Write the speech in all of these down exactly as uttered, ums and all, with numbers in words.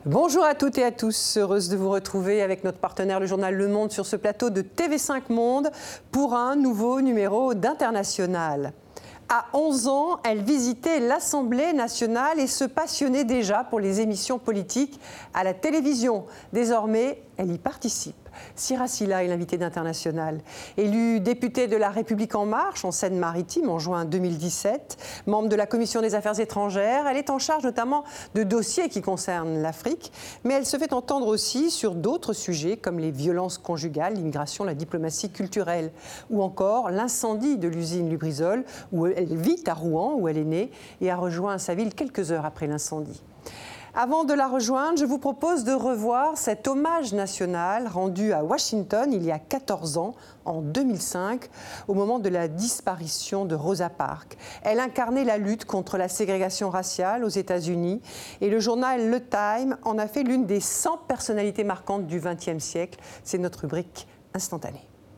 Bonjour à toutes et à tous, heureuse de vous retrouver avec notre partenaire le journal Le Monde sur ce plateau de T V cinq Monde pour un nouveau numéro d'International. À onze ans, elle visitait l'Assemblée nationale et se passionnait déjà pour les émissions politiques à la télévision. Désormais, elle y participe. Sira Silla est l'invitée d'International. Élue députée de La République En Marche en Seine-Maritime en juin deux mille dix-sept, membre de la Commission des Affaires étrangères, elle est en charge notamment de dossiers qui concernent l'Afrique, mais elle se fait entendre aussi sur d'autres sujets comme les violences conjugales, l'immigration, la diplomatie culturelle ou encore l'incendie de l'usine Lubrizol où elle vit à Rouen, où elle est née et a rejoint sa ville quelques heures après l'incendie. Avant de la rejoindre, je vous propose de revoir cet hommage national rendu à Washington il y a quatorze ans, en deux mille cinq, au moment de la disparition de Rosa Parks. Elle incarnait la lutte contre la ségrégation raciale aux États-Unis et le journal Le Time en a fait l'une des cent personnalités marquantes du vingtième siècle. C'est notre rubrique instantanée.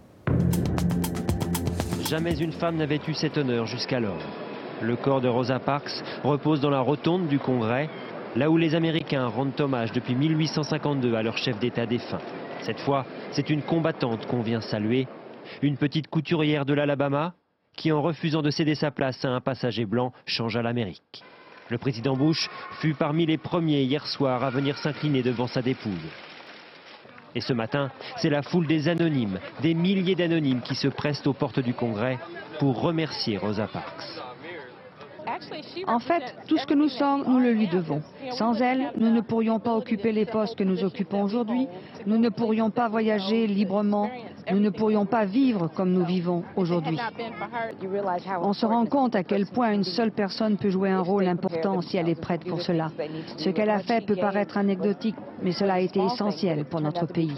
Jamais une femme n'avait eu cet honneur jusqu'alors. Le corps de Rosa Parks repose dans la rotonde du Congrès, là où les Américains rendent hommage depuis mille huit cent cinquante-deux à leur chef d'État défunt. Cette fois, c'est une combattante qu'on vient saluer, une petite couturière de l'Alabama qui, en refusant de céder sa place à un passager blanc, changea l'Amérique. Le président Bush fut parmi les premiers hier soir à venir s'incliner devant sa dépouille. Et ce matin, c'est la foule des anonymes, des milliers d'anonymes qui se pressent aux portes du Congrès pour remercier Rosa Parks. En fait, tout ce que nous sommes, nous le lui devons. Sans elle, nous ne pourrions pas occuper les postes que nous occupons aujourd'hui, nous ne pourrions pas voyager librement, nous ne pourrions pas vivre comme nous vivons aujourd'hui. On se rend compte à quel point une seule personne peut jouer un rôle important si elle est prête pour cela. Ce qu'elle a fait peut paraître anecdotique, mais cela a été essentiel pour notre pays.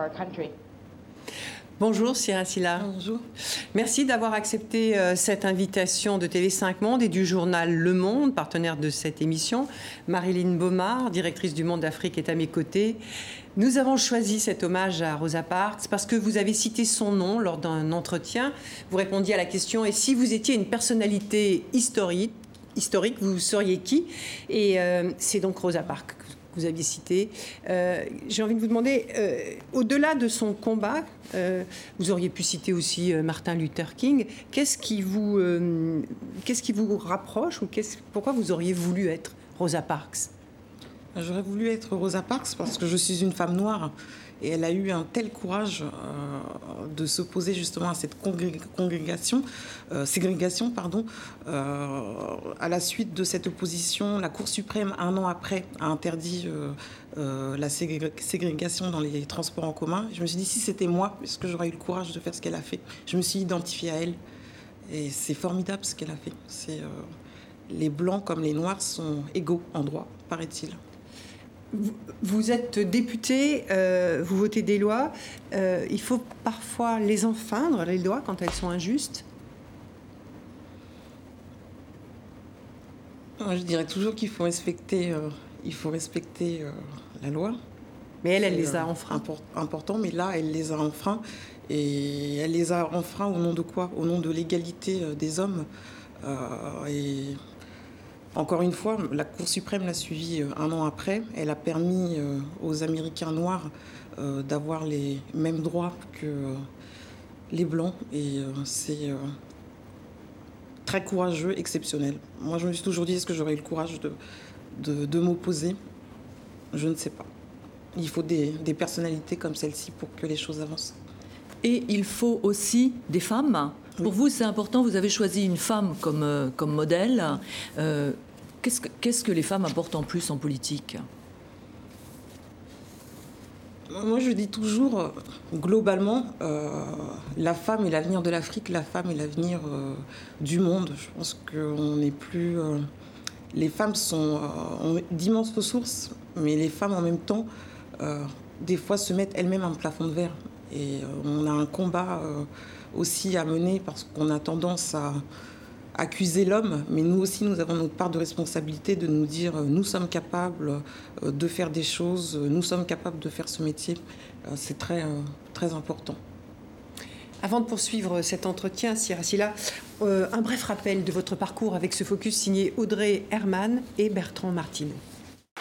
Bonjour Sira Silla. Bonjour. Merci d'avoir accepté euh, cette invitation de T V cinq Monde et du journal Le Monde, partenaire de cette émission. Marilyn Baumard, directrice du Monde d'Afrique, est à mes côtés. Nous avons choisi cet hommage à Rosa Parks parce que vous avez cité son nom lors d'un entretien. Vous répondiez à la question « Et si vous étiez une personnalité historique, historique vous seriez qui ?» Et euh, c'est donc Rosa Parks que vous aviez cité. Euh, j'ai envie de vous demander, euh, au-delà de son combat, euh, vous auriez pu citer aussi euh, Martin Luther King. Qu'est-ce qui vous, euh, qu'est-ce qui vous rapproche ou qu'est-ce, pourquoi vous auriez voulu être Rosa Parks ? J'aurais voulu être Rosa Parks parce que je suis une femme noire et elle a eu un tel courage euh, de s'opposer justement à cette congrég- congrégation, euh, ségrégation, pardon. Euh, à la suite de cette opposition, la Cour suprême, un an après, a interdit euh, euh, la ségré- ségrégation dans les transports en commun. Je me suis dit, si c'était moi, est-ce que j'aurais eu le courage de faire ce qu'elle a fait ? Je me suis identifiée à elle et c'est formidable ce qu'elle a fait. C'est, euh, les Blancs comme les Noirs sont égaux en droit, paraît-il. Vous êtes député, euh, vous votez des lois. Euh, il faut parfois les enfreindre, les lois, quand elles sont injustes. Moi, je dirais toujours qu'il faut respecter, euh, il faut respecter euh, la loi. Mais elle, elle C'est, les a euh, enfreints. import- important, mais là, elle les a enfreints. Et elle les a enfreints au nom de quoi ? Au nom de l'égalité euh, des hommes. Euh, et encore une fois, la Cour suprême l'a suivie euh, un an après. Elle a permis euh, aux Américains noirs euh, d'avoir les mêmes droits que euh, les Blancs. Et euh, c'est euh, très courageux, exceptionnel. Moi, je me suis toujours dit, est-ce que j'aurais eu le courage de, de, de m'opposer ? Je ne sais pas. Il faut des, des personnalités comme celle-ci pour que les choses avancent. Et il faut aussi des femmes. Oui. Pour vous, c'est important, vous avez choisi une femme comme, euh, comme modèle. Euh, qu'est-ce, que, qu'est-ce que les femmes apportent en plus en politique ? Moi, je dis toujours, euh, globalement, euh, la femme est l'avenir de l'Afrique, la femme est l'avenir euh, du monde. Je pense qu'on n'est plus... Euh, les femmes sont, euh, ont d'immenses ressources, mais les femmes, en même temps, euh, des fois, se mettent elles-mêmes un plafond de verre. Et euh, on a un combat euh, aussi à mener parce qu'on a tendance à accuser l'homme, mais nous aussi, nous avons notre part de responsabilité de nous dire euh, nous sommes capables euh, de faire des choses, euh, nous sommes capables de faire ce métier. Euh, c'est très, euh, très important. Avant de poursuivre cet entretien, Sira Silla, euh, un bref rappel de votre parcours avec ce focus signé Audrey Herman et Bertrand Martineau.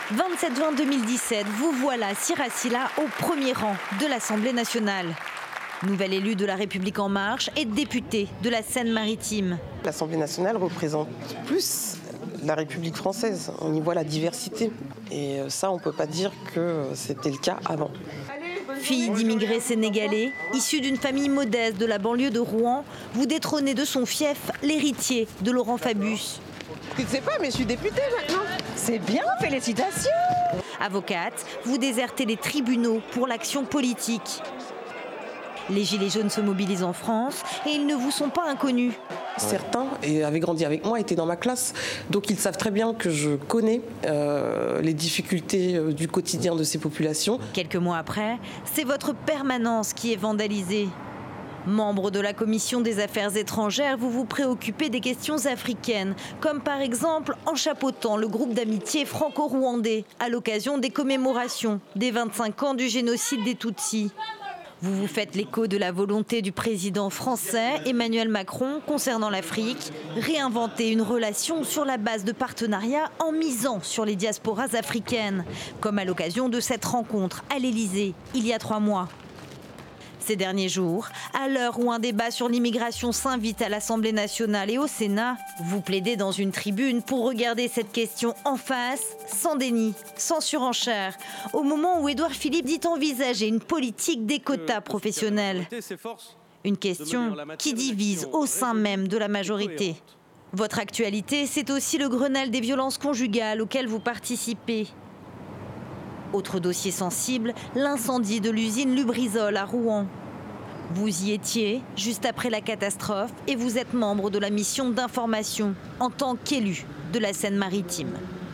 vingt-sept juin deux mille dix-sept, vous voilà, Sira Silla, au premier rang de l'Assemblée nationale. Nouvelle élue de La République En Marche et députée de la Seine-Maritime. L'Assemblée nationale représente plus la République française. On y voit la diversité. Et ça, on ne peut pas dire que c'était le cas avant. Fille d'immigrés sénégalais, issue d'une famille modeste de la banlieue de Rouen, vous détrônez de son fief l'héritier de Laurent Fabius. Tu ne sais pas, mais je suis députée maintenant. C'est bien, félicitations. Avocate, vous désertez les tribunaux pour l'action politique. Les Gilets jaunes se mobilisent en France et ils ne vous sont pas inconnus. Certains, et avaient grandi avec moi, étaient dans ma classe. Donc ils savent très bien que je connais euh, les difficultés euh, du quotidien de ces populations. Quelques mois après, c'est votre permanence qui est vandalisée. Membre de la Commission des Affaires étrangères, vous vous préoccupez des questions africaines, comme par exemple en chapeautant le groupe d'amitié franco-rwandais à l'occasion des commémorations des vingt-cinq ans du génocide des Tutsis. Vous vous faites l'écho de la volonté du président français Emmanuel Macron concernant l'Afrique, réinventer une relation sur la base de partenariats en misant sur les diasporas africaines, comme à l'occasion de cette rencontre à l'Élysée il y a trois mois. Ces derniers jours, à l'heure où un débat sur l'immigration s'invite à l'Assemblée nationale et au Sénat, vous plaidez dans une tribune pour regarder cette question en face, sans déni, sans surenchère, au moment où Édouard Philippe dit envisager une politique des quotas professionnels. Une question qui divise au sein même de la majorité. Votre actualité, c'est aussi le Grenelle des violences conjugales auquel vous participez. Autre dossier sensible, l'incendie de l'usine Lubrizol à Rouen. Vous y étiez juste après la catastrophe et vous êtes membre de la mission d'information en tant qu'élu de la Seine-Maritime.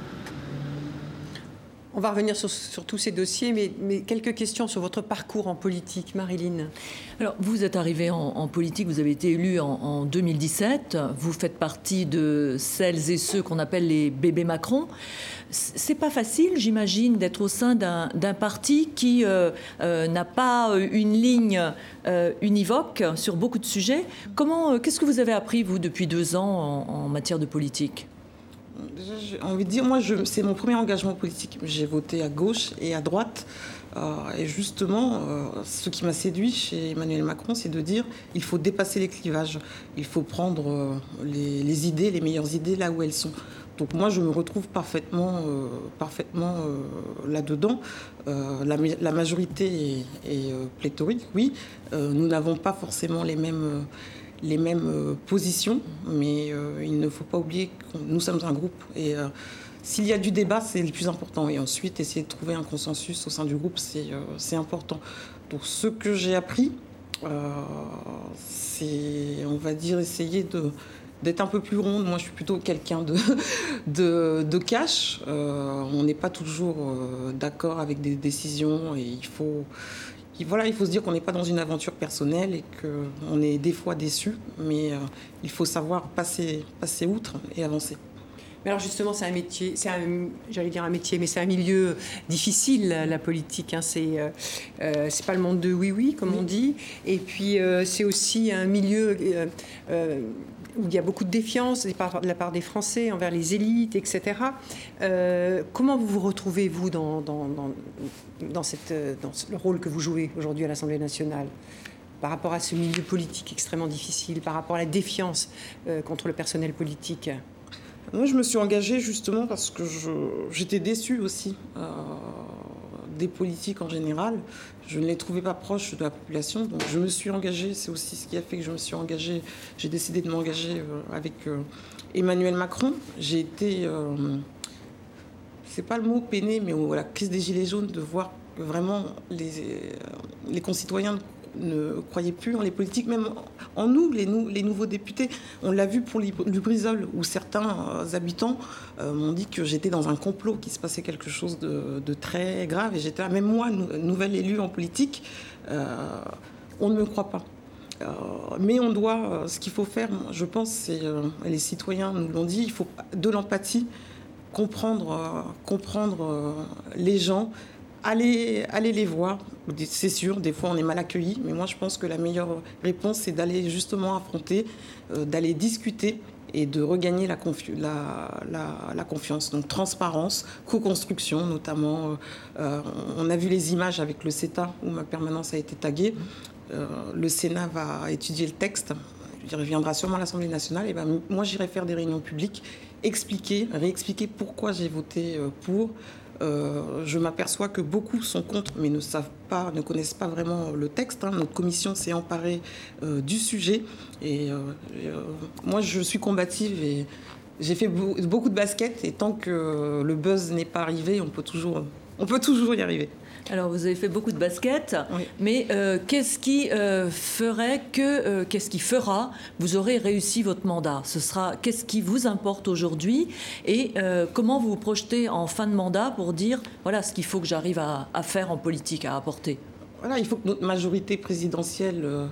On va revenir sur, sur tous ces dossiers, mais, mais quelques questions sur votre parcours en politique, Marilyn. Alors, vous êtes arrivée en, en politique, vous avez été élue en, en deux mille dix-sept. Vous faites partie de celles et ceux qu'on appelle les bébés Macron. C'est pas facile, j'imagine, d'être au sein d'un, d'un parti qui euh, euh, n'a pas une ligne euh, univoque sur beaucoup de sujets. Comment, euh, qu'est-ce que vous avez appris, vous, depuis deux ans en, en matière de politique ? Déjà, j'ai envie de dire, moi, je, c'est mon premier engagement politique. J'ai voté à gauche et à droite. Euh, et justement, euh, ce qui m'a séduit chez Emmanuel Macron, c'est de dire il faut dépasser les clivages. Il faut prendre euh, les, les idées, les meilleures idées là où elles sont. Donc moi, je me retrouve parfaitement, euh, parfaitement euh, là-dedans. Euh, la, la majorité est, est euh, pléthorique, oui. Euh, nous n'avons pas forcément les mêmes... Euh, les mêmes euh, positions, mais euh, il ne faut pas oublier que nous sommes un groupe et euh, s'il y a du débat, c'est le plus important. Et ensuite, essayer de trouver un consensus au sein du groupe, c'est, euh, c'est important. Donc ce que j'ai appris, euh, c'est, on va dire, essayer de, d'être un peu plus ronde. Moi, je suis plutôt quelqu'un de, de, de cash. Euh, on n'est pas toujours euh, d'accord avec des décisions et il faut... Voilà, il faut se dire qu'on n'est pas dans une aventure personnelle et qu'on est des fois déçu, mais euh, il faut savoir passer, passer outre et avancer. Mais alors justement, c'est un métier, c'est un, j'allais dire un métier, mais c'est un milieu difficile, la politique. Hein, c'est, euh, c'est pas le monde de oui-oui, comme oui. on dit. Et puis, euh, c'est aussi un milieu euh, euh, où il y a beaucoup de défiance de la part des Français envers les élites, et cetera. Euh, comment vous vous retrouvez, vous, dans, dans, dans, dans, cette, dans le rôle que vous jouez aujourd'hui à l'Assemblée nationale par rapport à ce milieu politique extrêmement difficile, par rapport à la défiance euh, contre le personnel politique ? Moi, je me suis engagée justement parce que je, j'étais déçue aussi euh, des politiques en général. Je ne les trouvais pas proches de la population, donc je me suis engagée. C'est aussi ce qui a fait que je me suis engagée. J'ai décidé de m'engager euh, avec euh, Emmanuel Macron. J'ai été, euh, c'est pas le mot peiné, mais au, à la crise des Gilets jaunes, de voir que vraiment les, les concitoyens ne croyaient plus en les politiques, même en nous, les, nou- les nouveaux députés. On l'a vu pour Lubrizol, où certains euh, habitants euh, m'ont dit que j'étais dans un complot, qu'il se passait quelque chose de, de très grave. Et j'étais là, même moi, nou- nouvelle élue en politique, euh, on ne me croit pas. Euh, mais on doit, euh, ce qu'il faut faire, je pense, c'est, euh, les citoyens nous l'ont dit, il faut de l'empathie, comprendre, euh, comprendre euh, les gens, Allez, allez les voir, c'est sûr, des fois on est mal accueillis, mais moi je pense que la meilleure réponse c'est d'aller justement affronter, euh, d'aller discuter et de regagner la, confi- la, la, la confiance. Donc transparence, co-construction notamment. Euh, on a vu les images avec le CETA où ma permanence a été taguée. Euh, le Sénat va étudier le texte. Il reviendra sûrement à l'Assemblée nationale. Et ben, moi, j'irai faire des réunions publiques, expliquer, réexpliquer pourquoi j'ai voté pour. Euh, je m'aperçois que beaucoup sont contre, mais ne savent pas, ne connaissent pas vraiment le texte. Hein. Notre commission s'est emparée euh, du sujet. Et euh, euh, moi, je suis combative et j'ai fait beaucoup de basket. Et tant que le buzz n'est pas arrivé, on peut toujours, on peut toujours y arriver. Alors, vous avez fait beaucoup de basket, oui. mais euh, qu'est-ce qui euh, ferait que, euh, qu'est-ce qui fera, vous aurez réussi votre mandat? Ce sera, qu'est-ce qui vous importe aujourd'hui et euh, comment vous vous projetez en fin de mandat pour dire, voilà ce qu'il faut que j'arrive à, à faire en politique, à apporter? Voilà, il faut que notre majorité présidentielle euh,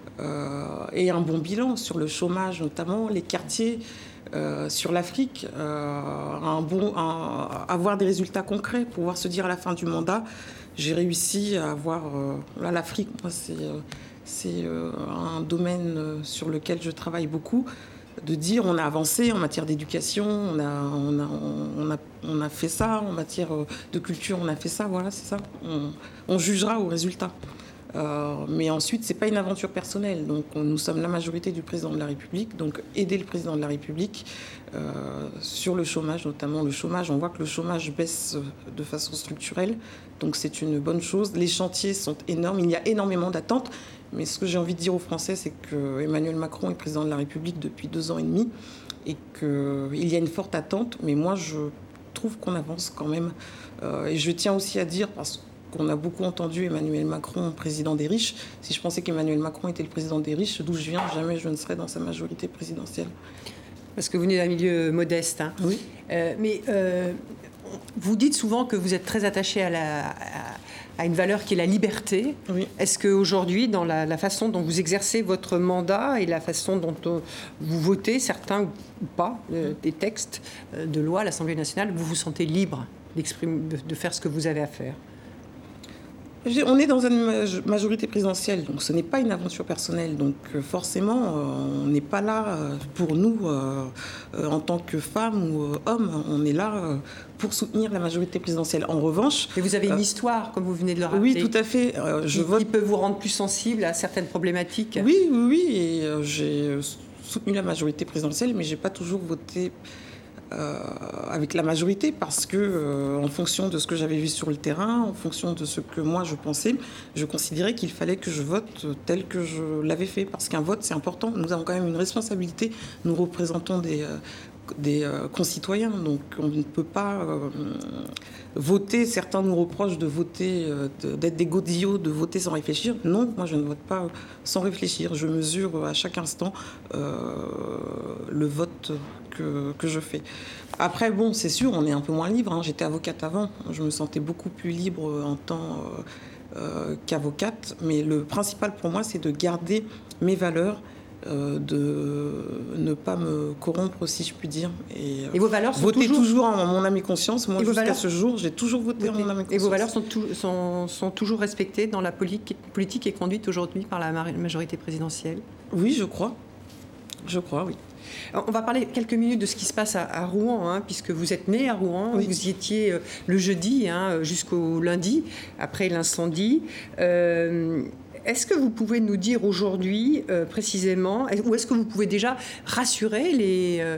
euh, ait un bon bilan sur le chômage, notamment les quartiers. Euh, sur l'Afrique, euh, un bon, un, avoir des résultats concrets, pouvoir se dire à la fin du mandat, j'ai réussi à avoir... Euh, là, l'Afrique, moi, c'est, euh, c'est euh, un domaine sur lequel je travaille beaucoup, de dire on a avancé en matière d'éducation, on a, on a, on a, on a fait ça, en matière de culture, on a fait ça, voilà, c'est ça. On, on jugera au résultat. Euh, mais ensuite, ce n'est pas une aventure personnelle. Donc, on, nous sommes la majorité du président de la République. Donc, aider le président de la République euh, sur le chômage, notamment le chômage. On voit que le chômage baisse de façon structurelle. Donc, c'est une bonne chose. Les chantiers sont énormes. Il y a énormément d'attentes. Mais ce que j'ai envie de dire aux Français, c'est que Emmanuel Macron est président de la République depuis deux ans et demi et qu'il y a une forte attente. Mais moi, je trouve qu'on avance quand même. Euh, et je tiens aussi à dire, parce que qu'on a beaucoup entendu Emmanuel Macron, président des riches. Si je pensais qu'Emmanuel Macron était le président des riches, d'où je viens, jamais je ne serais dans sa majorité présidentielle. Parce que vous venez d'un milieu modeste. Hein. Oui. Euh, mais euh, vous dites souvent que vous êtes très attaché à, la, à, à une valeur qui est la liberté. Oui. Est-ce qu'aujourd'hui, dans la, la façon dont vous exercez votre mandat et la façon dont euh, vous votez, certains ou pas, euh, des textes euh, de loi à l'Assemblée nationale, vous vous sentez libre d'exprimer, de, de faire ce que vous avez à faire? On est dans une majorité présidentielle, donc ce n'est pas une aventure personnelle. Donc forcément, on n'est pas là pour nous, euh, en tant que femmes ou hommes, on est là pour soutenir la majorité présidentielle. En revanche... Et vous avez une euh, histoire, comme vous venez de le rappeler. Oui, tout à fait. Euh, je qui, vote... qui peut vous rendre plus sensible à certaines problématiques. Oui, oui, oui. Et euh, j'ai soutenu la majorité présidentielle, mais je n'ai pas toujours voté... Euh, avec la majorité parce que euh, en fonction de ce que j'avais vu sur le terrain, en fonction de ce que moi je pensais, je considérais qu'il fallait que je vote tel que je l'avais fait, parce qu'un vote c'est important. Nous avons quand même une responsabilité, nous représentons des, euh, des euh, concitoyens, donc on ne peut pas euh, voter. Certains nous reprochent de voter, euh, de, d'être des godillots, de voter sans réfléchir. Non, moi je ne vote pas sans réfléchir, je mesure à chaque instant euh, le vote Que, que je fais. Après, bon, c'est sûr, on est un peu moins libre. Hein. J'étais avocate avant. Je me sentais beaucoup plus libre en tant euh, euh, qu'avocate. Mais le principal pour moi, c'est de garder mes valeurs, euh, de ne pas me corrompre, si je puis dire. Et, euh, et vos valeurs sont voter toujours... toujours en mon âme et conscience. Moi, jusqu'à valeurs... ce jour, j'ai toujours voté Votez. en mon âme et conscience. Et vos valeurs sont, tout, sont, sont toujours respectées dans la politique, politique qui est conduite aujourd'hui par la majorité présidentielle? Oui, je crois. Je crois, oui. Alors, on va parler quelques minutes de ce qui se passe à, à Rouen, hein, puisque vous êtes né à Rouen, oui. Vous y étiez euh, le jeudi hein, jusqu'au lundi, après l'incendie. Euh, est-ce que vous pouvez nous dire aujourd'hui euh, précisément, ou est-ce que vous pouvez déjà rassurer les, euh,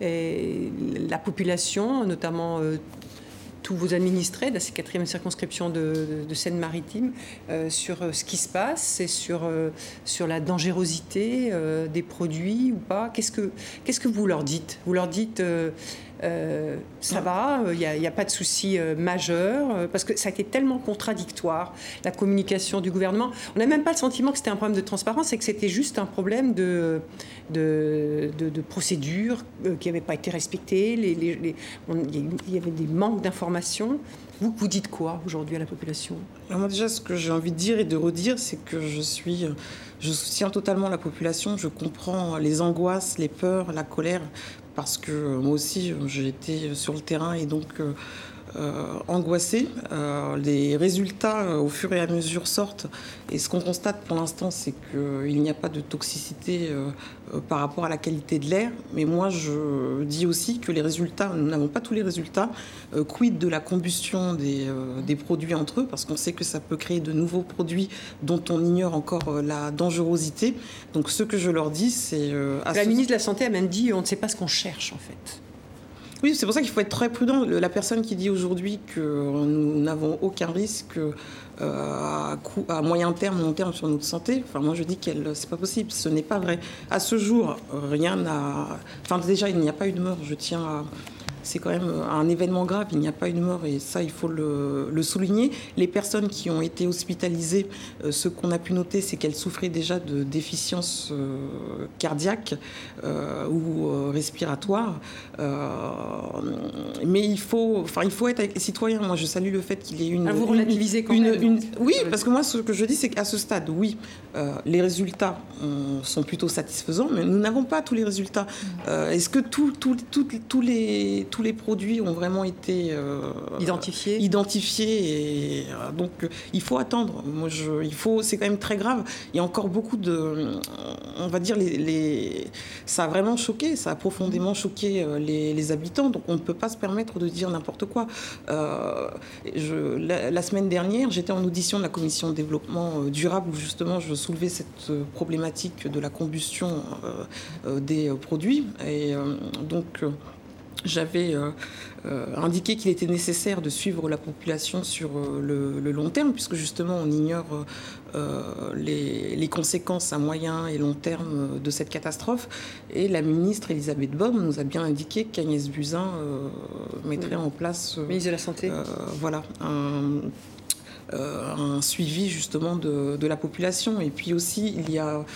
et la population, notamment euh, tous vos administrés de la quatrième circonscription de, de, de Seine-Maritime euh, sur euh, ce qui se passe et sur, euh, sur la dangerosité euh, des produits ou pas? Qu'est-ce que, qu'est-ce que vous leur dites? Vous leur dites euh, euh, ça va, il n'y a, y a pas de souci euh, majeur, euh, parce que ça a été tellement contradictoire, la communication du gouvernement. On n'a même pas le sentiment que c'était un problème de transparence, c'est que c'était juste un problème de, de, de, de procédure euh, qui n'avait pas été respectée. Les, les, les, on, il y avait des manques d'informations. Vous, vous dites quoi aujourd'hui à la population? Alors moi, déjà, ce que j'ai envie de dire et de redire, c'est que je suis, je soutiens totalement la population. Je comprends les angoisses, les peurs, la colère, parce que moi aussi, j'ai été sur le terrain et donc euh, euh, angoissé. Euh, les résultats, euh, au fur et à mesure, sortent. Et ce qu'on constate pour l'instant, c'est qu'il n'y a pas de toxicité euh, euh, par rapport à la qualité de l'air. Mais moi, je dis aussi que les résultats, nous n'avons pas tous les résultats. Euh, quid de la combustion des, euh, des produits entre eux, parce qu'on sait que ça peut créer de nouveaux produits dont on ignore encore euh, la dangerosité. Donc ce que je leur dis, c'est... Euh, la ce... ministre de la Santé a même dit on ne sait pas ce qu'on cherche, en fait. Oui, c'est pour ça qu'il faut être très prudent. La personne qui dit aujourd'hui que nous n'avons aucun risque euh, à, coup, à moyen terme, long terme sur notre santé, enfin moi je dis que c'est pas possible. Ce n'est pas vrai. À ce jour, rien n'a... Enfin déjà, il n'y a pas eu de mort. Je tiens à... C'est quand même un événement grave, il n'y a pas eu de mort et ça, il faut le, le souligner. Les personnes qui ont été hospitalisées, euh, ce qu'on a pu noter, c'est qu'elles souffraient déjà de déficience euh, cardiaque euh, ou euh, respiratoire. Euh, mais il faut, enfin, il faut être avec les citoyens. Moi, je salue le fait qu'il y ait une... Ah, vous relativisez quand une, même. Une, oui, parce que moi, ce que je dis, c'est qu'à ce stade, oui, euh, les résultats euh, sont plutôt satisfaisants, mais nous n'avons pas tous les résultats. Euh, est-ce que tous tout, tout, tout les... tous les produits ont vraiment été euh, identifiés. identifiés et euh, donc euh, il faut attendre. Moi, je, il faut, c'est quand même très grave. Il y a encore beaucoup de, on va dire, les, les, ça a vraiment choqué, ça a profondément choqué euh, les, les habitants. Donc on ne peut pas se permettre de dire n'importe quoi. Euh, je, la, la semaine dernière, j'étais en audition de la commission de développement durable où justement je soulevais cette problématique de la combustion euh, euh, des produits et euh, donc euh, j'avais euh, euh, indiqué qu'il était nécessaire de suivre la population sur euh, le, le long terme, puisque justement on ignore euh, les, les conséquences à moyen et long terme de cette catastrophe. Et la ministre Elisabeth Borne nous a bien indiqué qu'Agnès Buzyn euh, mettrait oui. en place... Euh, ministre de la Santé. Euh, voilà, un... Euh, un suivi justement de, de la population. Et puis aussi, il y a,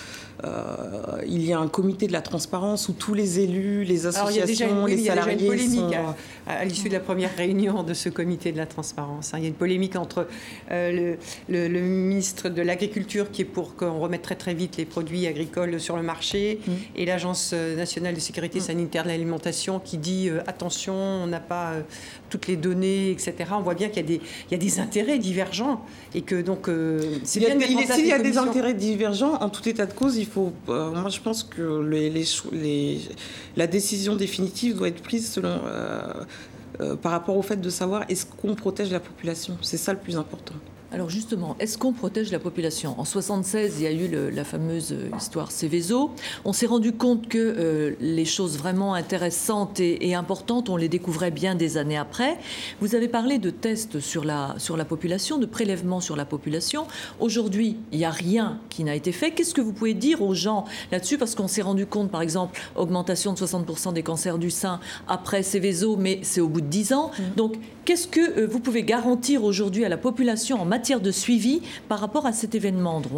euh, il y a un comité de la transparence où tous les élus, les associations, Alors, il y a déjà une, oui, les il y a salariés déjà une polémique sont... à, à l'issue de la première réunion de ce comité de la transparence. Il y a une polémique entre euh, le, le, le ministre de l'Agriculture qui est pour qu'on remette très très vite les produits agricoles sur le marché mmh. et l'Agence nationale de sécurité mmh. sanitaire de l'alimentation qui dit euh, attention, on n'a pas euh, toutes les données, et cetera. On voit bien qu'il y a des, il y a des intérêts divergents. Et que donc, euh, c'est bien de mettre en place s'il y a des, des intérêts divergents, en tout état de cause, il faut. Euh, moi, je pense que les, les, les, la décision définitive doit être prise selon, euh, euh, par rapport au fait de savoir est-ce qu'on protège la population. C'est ça le plus important. Alors justement, est-ce qu'on protège la population ? En soixante-seize, il y a eu le, la fameuse histoire Seveso. On s'est rendu compte que euh, les choses vraiment intéressantes et, et importantes, on les découvrait bien des années après. Vous avez parlé de tests sur la, sur la population, de prélèvements sur la population. Aujourd'hui, il n'y a rien qui n'a été fait. Qu'est-ce que vous pouvez dire aux gens là-dessus ? Parce qu'on s'est rendu compte, par exemple, augmentation de soixante pour cent des cancers du sein après Seveso, mais c'est au bout de dix ans. Mmh. Donc, qu'est-ce que euh, vous pouvez garantir aujourd'hui à la population en matière de suivi par rapport à cet événement, Drouin ?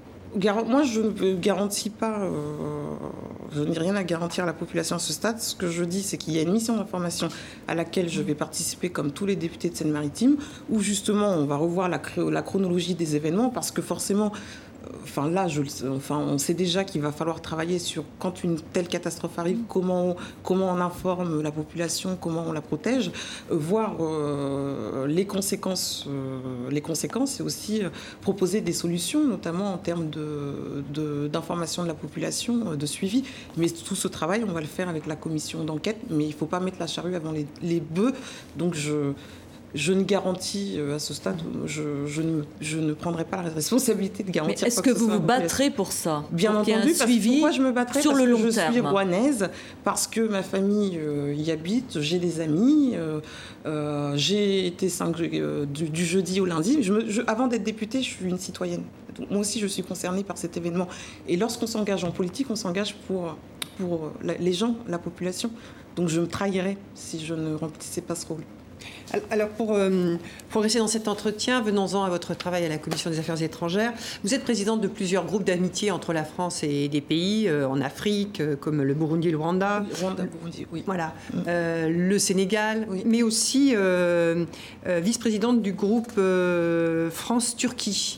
Moi, je ne garantis pas, euh, je n'ai rien à garantir à la population à ce stade. Ce que je dis, c'est qu'il y a une mission d'information à laquelle je vais participer, comme tous les députés de Seine-Maritime, où justement on va revoir la, la chronologie des événements, parce que forcément, enfin là, je, enfin, on sait déjà qu'il va falloir travailler sur quand une telle catastrophe arrive, comment, comment on informe la population, comment on la protège, euh, voir euh, les conséquences, euh, les conséquences et aussi euh, proposer des solutions, notamment en termes de, de, d'information de la population, de suivi. Mais tout ce travail, on va le faire avec la commission d'enquête, mais il ne faut pas mettre la charrue avant les, les bœufs. Donc je... Je ne garantis à ce stade, je, je, ne, je ne prendrai pas la responsabilité de garantir. Mais est-ce que, que vous vous battrez pour ça ? Bien entendu, parce que pourquoi je me battrai ? Sur parce le que long je terme. suis rouennaise, parce que ma famille euh, y habite, j'ai des amis, euh, euh, j'ai été cinq, euh, du, du jeudi au lundi. Je me, je, avant d'être députée, je suis une citoyenne. Donc, moi aussi, je suis concernée par cet événement. Et lorsqu'on s'engage en politique, on s'engage pour, pour les gens, la population. Donc je me trahirais si je ne remplissais pas ce rôle. Alors, pour euh, progresser dans cet entretien, venons-en à votre travail à la Commission des Affaires étrangères. Vous êtes présidente de plusieurs groupes d'amitié entre la France et des pays euh, en Afrique, euh, comme le Burundi et le Rwanda. Oui, Rwanda, Burundi, oui. Voilà. Euh, le Sénégal, oui. mais aussi euh, euh, vice-présidente du groupe euh, France-Turquie.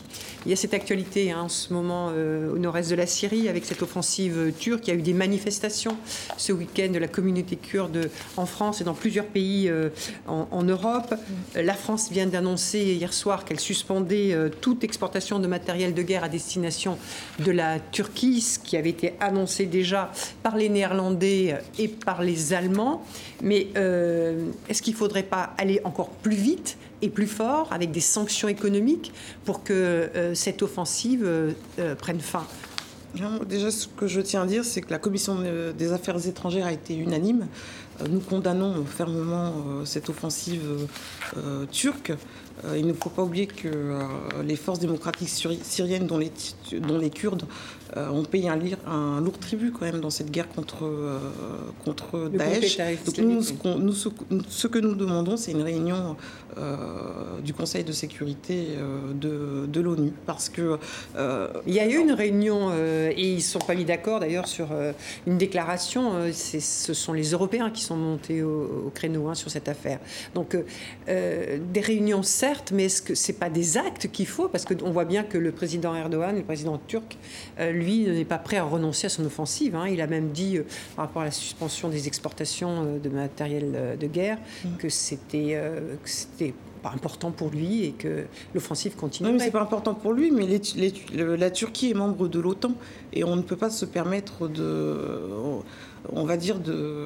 il y a cette actualité hein, en ce moment euh, au nord-est de la Syrie avec cette offensive turque. Il y a eu des manifestations ce week-end de la communauté kurde en France et dans plusieurs pays euh, en, en Europe. La France vient d'annoncer hier soir qu'elle suspendait euh, toute exportation de matériel de guerre à destination de la Turquie, ce qui avait été annoncé déjà par les Néerlandais et par les Allemands. Mais euh, est-ce qu'il ne faudrait pas aller encore plus vite et plus fort avec des sanctions économiques pour que euh, cette offensive euh, euh, prenne fin? Déjà, ce que je tiens à dire, c'est que la Commission des affaires étrangères a été unanime. Nous condamnons fermement cette offensive euh, turque. Il ne faut pas oublier que euh, les forces démocratiques syriennes, dont les, dont les Kurdes, euh, ont payé un, un lourd tribut quand même dans cette guerre contre, euh, contre Daesh. Donc nous, ce, nous, ce, ce que nous demandons, c'est une réunion euh, du Conseil de sécurité euh, de, de l'ONU. Parce que, euh, il y a eu une réunion euh, et ils ne se sont pas mis d'accord d'ailleurs sur euh, une déclaration. Euh, ce sont les Européens qui sont montés au, au créneau hein, sur cette affaire. Donc euh, des réunions certes, mais est-ce que ce n'est pas des actes qu'il faut? Parce qu'on voit bien que le président Erdogan, le président turc, euh, lui, n'est pas prêt à renoncer à son offensive. Hein. Il a même dit, euh, par rapport à la suspension des exportations euh, de matériel euh, de guerre, mmh. que c'était euh, que c'était pas important pour lui et que l'offensive continue. Non, mais c'est pas important pour lui, mais les, les, la Turquie est membre de l'OTAN et on ne peut pas se permettre de, on va dire de...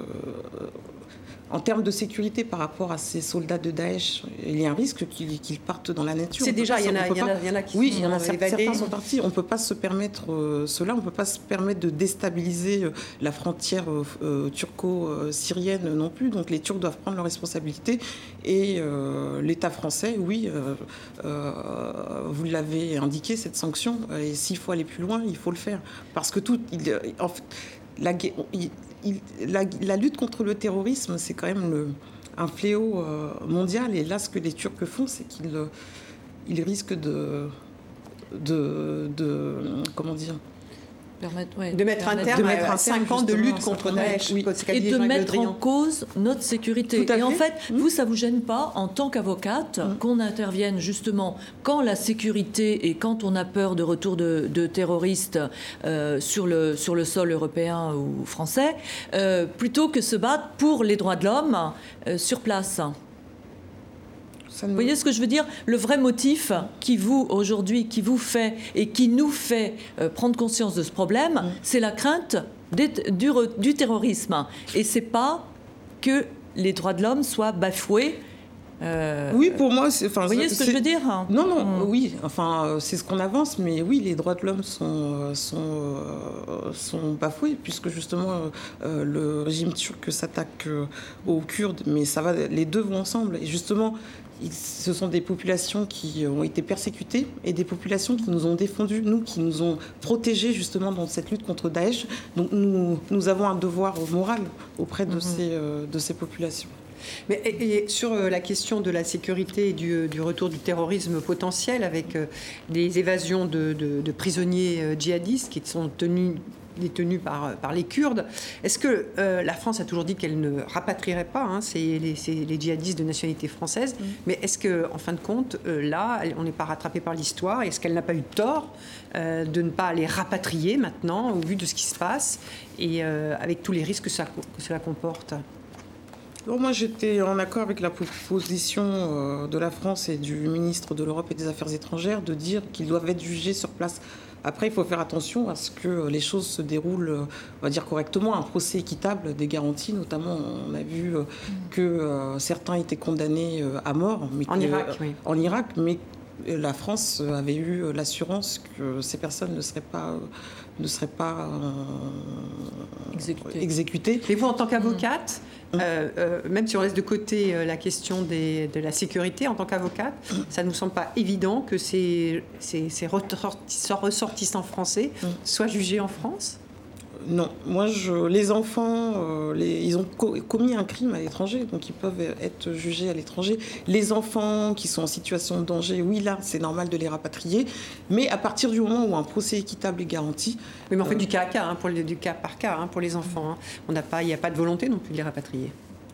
En termes de sécurité par rapport à ces soldats de Daesh, il y a un risque qu'ils, qu'ils partent dans la nature. C'est déjà, il y, y, y en a qui oui, sont il y en a évadés. Certains sont partis. On ne peut pas se permettre euh, cela. On ne peut pas se permettre de déstabiliser euh, la frontière euh, turco-syrienne non plus. Donc les Turcs doivent prendre leurs responsabilités. Et euh, l'État français, oui, euh, euh, vous l'avez indiqué, cette sanction. Et s'il faut aller plus loin, il faut le faire. Parce que tout... Il, en fait, la guerre... Il, Il, la, la lutte contre le terrorisme, c'est quand même le, un fléau euh, mondial. Et là, ce que les Turcs font, c'est qu'ils ils risquent de, de, de... Comment dire Permettre, ouais, de mettre un terme à cinq ans de lutte contre Daesh. Oui. Et de mettre en cause notre sécurité. Et en fait, mmh. vous, ça ne vous gêne pas, en tant qu'avocate, mmh. qu'on intervienne justement quand la sécurité et quand on a peur de retour de, de terroristes euh, sur, le, sur le sol européen ou français, euh, plutôt que se battre pour les droits de l'homme euh, sur place. Vous voyez ce que je veux dire? Le vrai motif qui vous, aujourd'hui, qui vous fait et qui nous fait euh, prendre conscience de ce problème, mmh. c'est la crainte des, du, du terrorisme. Et ce n'est pas que les droits de l'homme soient bafoués. Euh, oui, pour moi, c'est... Vous voyez ce que je veux dire? Non, non, mmh. oui, enfin, c'est ce qu'on avance, mais oui, les droits de l'homme sont, sont, sont bafoués, puisque justement, euh, le régime turc s'attaque euh, aux Kurdes, mais ça va, les deux vont ensemble. Et justement, ce sont des populations qui ont été persécutées et des populations qui nous ont défendus, nous, qui nous ont protégés justement dans cette lutte contre Daesh. Donc nous, nous avons un devoir moral auprès de, mmh. ces, euh, de ces populations. Mais et, et sur la question de la sécurité et du, du retour du terrorisme potentiel avec euh, des évasions de, de, de prisonniers euh, djihadistes qui sont tenus détenus par, par les Kurdes. Est-ce que euh, la France a toujours dit qu'elle ne rapatrierait pas hein, ces, les, ces, les djihadistes de nationalité française, mmh. mais est-ce qu'en fin de compte, euh, là, on n'est pas rattrapé par l'histoire? Est-ce qu'elle n'a pas eu tort euh, de ne pas les rapatrier maintenant, au vu de ce qui se passe, et euh, avec tous les risques que, ça, que cela comporte? Alors moi, j'étais en accord avec la position euh, de la France et du ministre de l'Europe et des Affaires étrangères de dire qu'ils doivent être jugés sur place. Après, il faut faire attention à ce que les choses se déroulent, on va dire correctement, un procès équitable, des garanties. Notamment, on a vu que euh, certains étaient condamnés à mort. Mais en que, Irak, oui. En Irak, mais la France avait eu l'assurance que ces personnes ne seraient pas, ne seraient pas euh, exécutées. exécutées. Et vous, en tant qu'avocate, mmh. euh, euh, même si on laisse de côté euh, la question des, de la sécurité, en tant qu'avocate, mmh. ça ne nous semble pas évident que ces, ces, ces ressortissants français mmh. soient jugés en France? Non, moi, je, les enfants, euh, les, ils ont co- commis un crime à l'étranger, donc ils peuvent être jugés à l'étranger. Les enfants qui sont en situation de danger, oui, là, c'est normal de les rapatrier, mais à partir du moment où un procès équitable est garanti... Oui, mais on fait euh, du cas à cas, hein, pour les, du cas par cas hein, pour les enfants. Hein. On n'a pas, il n'y a pas de volonté non plus de les rapatrier.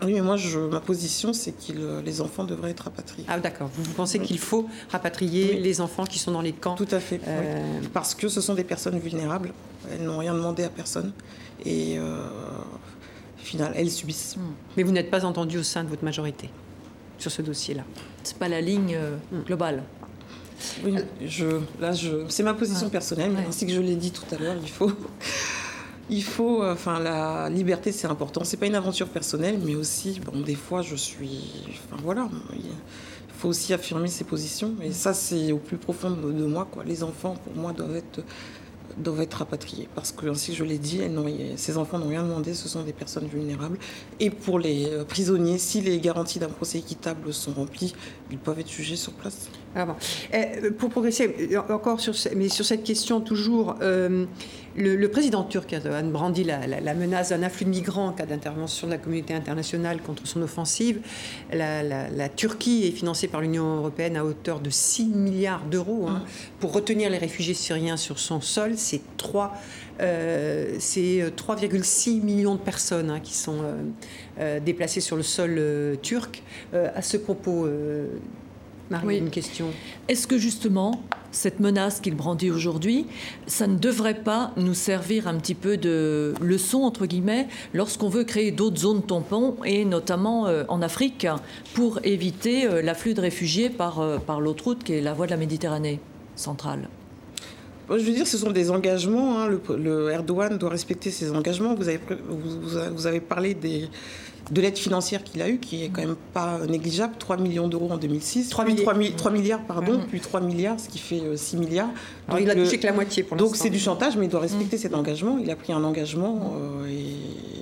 Oui, mais moi, je, ma position, c'est que les enfants devraient être rapatriés. Ah d'accord, vous, vous pensez oui. qu'il faut rapatrier oui. les enfants qui sont dans les camps? Tout à fait, euh... oui. Parce que ce sont des personnes vulnérables, elles n'ont rien demandé à personne, et euh, au final, elles subissent. Mais vous n'êtes pas entendu au sein de votre majorité sur ce dossier-là? C'est pas la ligne euh, globale. Oui, je, là, je, c'est ma position ouais. personnelle, mais ouais. ainsi que je l'ai dit tout à l'heure, il faut... Il faut, enfin, la liberté, c'est important. C'est pas une aventure personnelle, mais aussi, bon, des fois, je suis, enfin voilà, il faut aussi affirmer ses positions. Et ça, c'est au plus profond de moi, quoi. Les enfants, pour moi, doivent être, doivent être rapatriés, parce que, ainsi que je l'ai dit, elles n'ont, ces enfants n'ont rien demandé. Ce sont des personnes vulnérables. Et pour les prisonniers, si les garanties d'un procès équitable sont remplies, ils peuvent être jugés sur place. Ah bon. Et pour progresser, encore sur, mais sur cette question toujours. Euh, Le, le président turc a brandi la, la, la menace d'un afflux de migrants en cas d'intervention de la communauté internationale contre son offensive. La, la, la Turquie est financée par l'Union européenne à hauteur de six milliards d'euros hein, pour retenir les réfugiés syriens sur son sol. C'est trois, euh, c'est trois virgule six millions de personnes hein, qui sont euh, euh, déplacées sur le sol euh, turc. Euh, à ce propos, euh, Marie, oui. une question. Est-ce que justement, cette menace qu'il brandit aujourd'hui, ça ne devrait pas nous servir un petit peu de leçon, entre guillemets, lorsqu'on veut créer d'autres zones tampons, et notamment euh, en Afrique, pour éviter euh, l'afflux de réfugiés par, euh, par l'autre route qui est la voie de la Méditerranée centrale? Je veux dire, ce sont des engagements. Hein. Le, le Erdogan doit respecter ses engagements. Vous avez, vous, vous avez parlé des... de l'aide financière qu'il a eue, qui est quand même pas négligeable, trois millions d'euros en deux mille six, trois milliards, pardon, mmh. puis trois milliards, ce qui fait six milliards. Alors donc, il a touché que la moitié pour l'instant. Donc c'est du chantage, mais il doit respecter mmh. cet engagement. Il a pris un engagement euh, et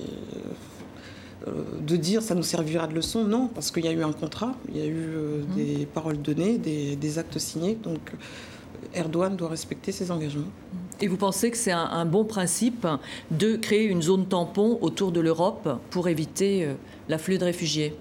euh, de dire ça nous servira de leçon, non, parce qu'il y a eu un contrat, il y a eu euh, mmh. des paroles données, des, des actes signés, donc Erdogan doit respecter ses engagements. Et vous pensez que c'est un, un bon principe de créer une zone tampon autour de l'Europe pour éviter euh, l'afflux de réfugiés,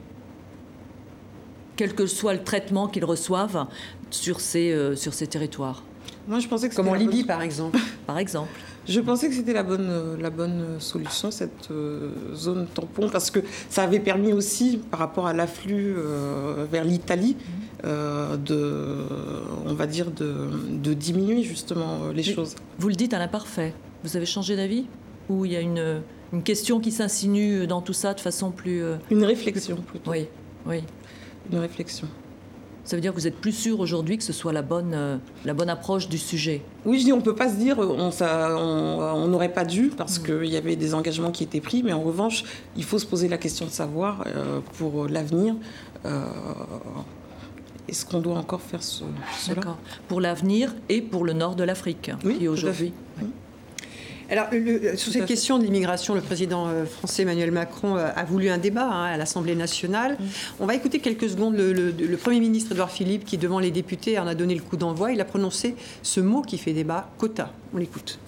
quel que soit le traitement qu'ils reçoivent sur ces, euh, sur ces territoires? Moi, je pensais que Comme en Libye, bonne... par exemple. Par exemple. Je pensais que c'était la bonne, la bonne solution, cette euh, zone tampon, parce que ça avait permis aussi, par rapport à l'afflux euh, vers l'Italie, euh, de, on va dire, de, de diminuer justement les Mais choses. Vous le dites à l'imparfait. Vous avez changé d'avis? Ou il y a une, une question qui s'insinue dans tout ça de façon plus... Euh, une réflexion, plutôt. Oui, oui. Une réflexion. Ça veut dire que vous êtes plus sûr aujourd'hui que ce soit la bonne, euh, la bonne approche du sujet? Oui, je dis, on ne peut pas se dire on n'aurait pas dû, parce mmh. qu'il y avait des engagements qui étaient pris, mais en revanche, il faut se poser la question de savoir, euh, pour l'avenir, euh, est-ce qu'on doit encore faire ce, cela? D'accord. Pour l'avenir et pour le nord de l'Afrique, oui, qui aujourd'hui... Alors, le, le, sur cette question de l'immigration, le président français Emmanuel Macron a voulu un débat hein, à l'Assemblée nationale. Mmh. On va écouter quelques secondes le, le, le Premier ministre Édouard Philippe, qui, devant les députés, en a donné le coup d'envoi. Il a prononcé ce mot qui fait débat, quota. On l'écoute.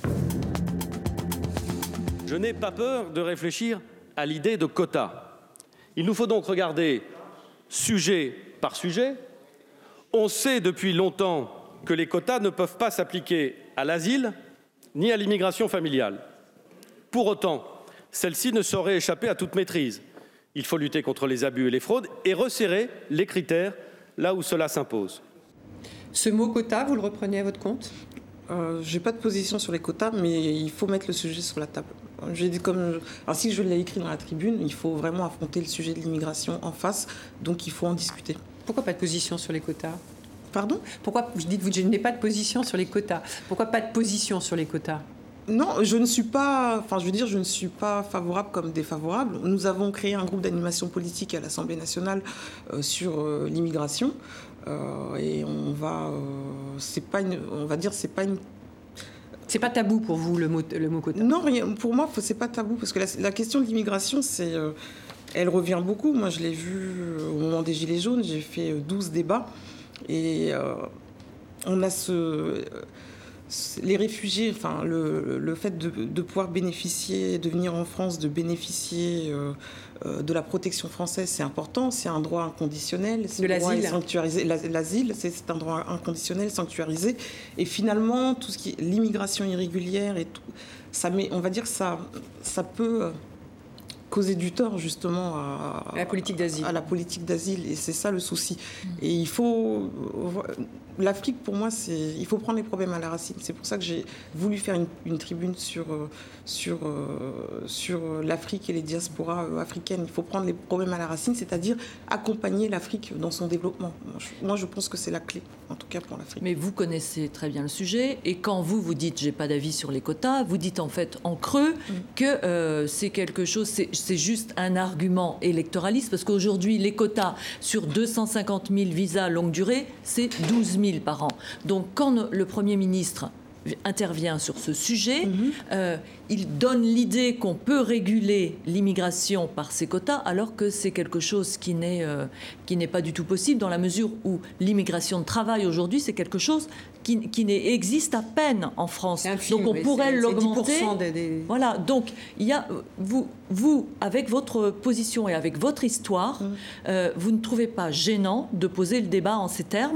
Je n'ai pas peur de réfléchir à l'idée de quota. Il nous faut donc regarder sujet par sujet. On sait depuis longtemps que les quotas ne peuvent pas s'appliquer à l'asile ni à l'immigration familiale. Pour autant, celle-ci ne saurait échapper à toute maîtrise. Il faut lutter contre les abus et les fraudes et resserrer les critères là où cela s'impose. Ce mot quota, vous le reprenez à votre compte? euh, Je n'ai pas de position sur les quotas, mais il faut mettre le sujet sur la table. J'ai dit comme, ainsi que je l'ai écrit dans la tribune, il faut vraiment affronter le sujet de l'immigration en face, donc il faut en discuter. Pourquoi pas de position sur les quotas? Pardon? Pourquoi vous dites que je n'ai pas de position sur les quotas? Pourquoi pas de position sur les quotas? Non, je ne suis pas, enfin, je veux dire, je ne suis pas favorable comme défavorable. Nous avons créé un groupe d'animation politique à l'Assemblée nationale euh, sur euh, l'immigration euh, et on va, euh, c'est pas une, on va dire, c'est pas une. C'est pas tabou pour vous le mot, le mot quota? Non, pour moi, c'est pas tabou parce que la, la question de l'immigration, c'est, euh, elle revient beaucoup. Moi, je l'ai vu au moment des Gilets jaunes. J'ai fait douze débats. Et euh, on a ce, euh, les réfugiés, enfin le, le fait de, de pouvoir bénéficier, de venir en France, de bénéficier euh, euh, de la protection française, c'est important, c'est un droit inconditionnel. De l'asile. Sanctuarisé. L'asile, c'est un droit inconditionnel, sanctuarisé. Et finalement, tout ce qui est l'immigration irrégulière et tout, ça met, on va dire que ça, ça peut causer du tort justement à, à la politique d'asile. À la politique d'asile, et c'est ça le souci. Mmh. Et il faut... L'Afrique, pour moi, c'est, il faut prendre les problèmes à la racine. C'est pour ça que j'ai voulu faire une, une tribune sur, sur, sur l'Afrique et les diasporas africaines. Il faut prendre les problèmes à la racine, c'est-à-dire accompagner l'Afrique dans son développement. Moi, je pense que c'est la clé, en tout cas pour l'Afrique. Mais vous connaissez très bien le sujet, et quand vous, vous dites « j'ai pas d'avis sur les quotas », vous dites en fait en creux mmh. que euh, c'est quelque chose, c'est, c'est juste un argument électoraliste, parce qu'aujourd'hui, les quotas sur deux cent cinquante mille visas longue durée, c'est douze mille par an. Donc, quand le Premier ministre intervient sur ce sujet, mmh. euh, il donne l'idée qu'on peut réguler l'immigration par ces quotas, alors que c'est quelque chose qui n'est, euh, qui n'est pas du tout possible, dans la mesure où l'immigration de travail aujourd'hui, c'est quelque chose qui, qui existe à peine en France. Infime, donc on pourrait c'est, l'augmenter. c'est des, des... Voilà, donc il y a, vous, vous, avec votre position et avec votre histoire, mmh. euh, vous ne trouvez pas gênant de poser le débat en ces termes ?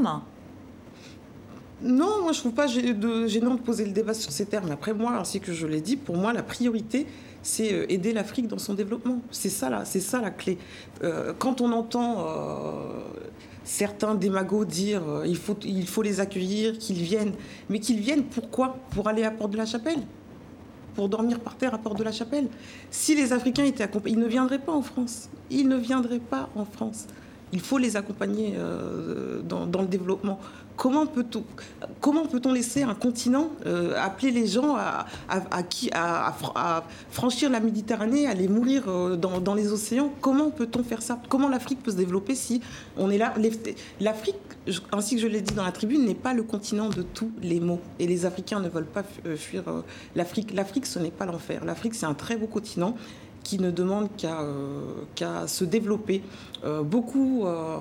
Non, moi je ne trouve pas gênant de poser le débat sur ces termes. Après moi, ainsi que je l'ai dit, pour moi la priorité c'est aider l'Afrique dans son développement. C'est ça là, c'est ça la clé. Euh, quand on entend euh, certains démagos dire euh, il faut, il faut les accueillir, qu'ils viennent, mais qu'ils viennent pourquoi ? Pour aller à Porte-de-la-Chapelle ? Pour dormir par terre à Porte-de-la-Chapelle ? Si les Africains étaient accompagnés, ils ne viendraient pas en France. Ils ne viendraient pas en France. Il faut les accompagner euh, dans, dans le développement. Comment peut-on, comment peut-on laisser un continent euh, appeler les gens à, à, à, qui, à, à, à franchir la Méditerranée, à aller mourir euh, dans, dans les océans ? Comment peut-on faire ça ? Comment l'Afrique peut se développer si on est là ? L'Afrique, ainsi que je l'ai dit dans la tribune, n'est pas le continent de tous les maux. Et les Africains ne veulent pas fuir euh, l'Afrique. L'Afrique, ce n'est pas l'enfer. L'Afrique, c'est un très beau continent qui ne demande qu'à, euh, qu'à se développer. Euh, beaucoup euh,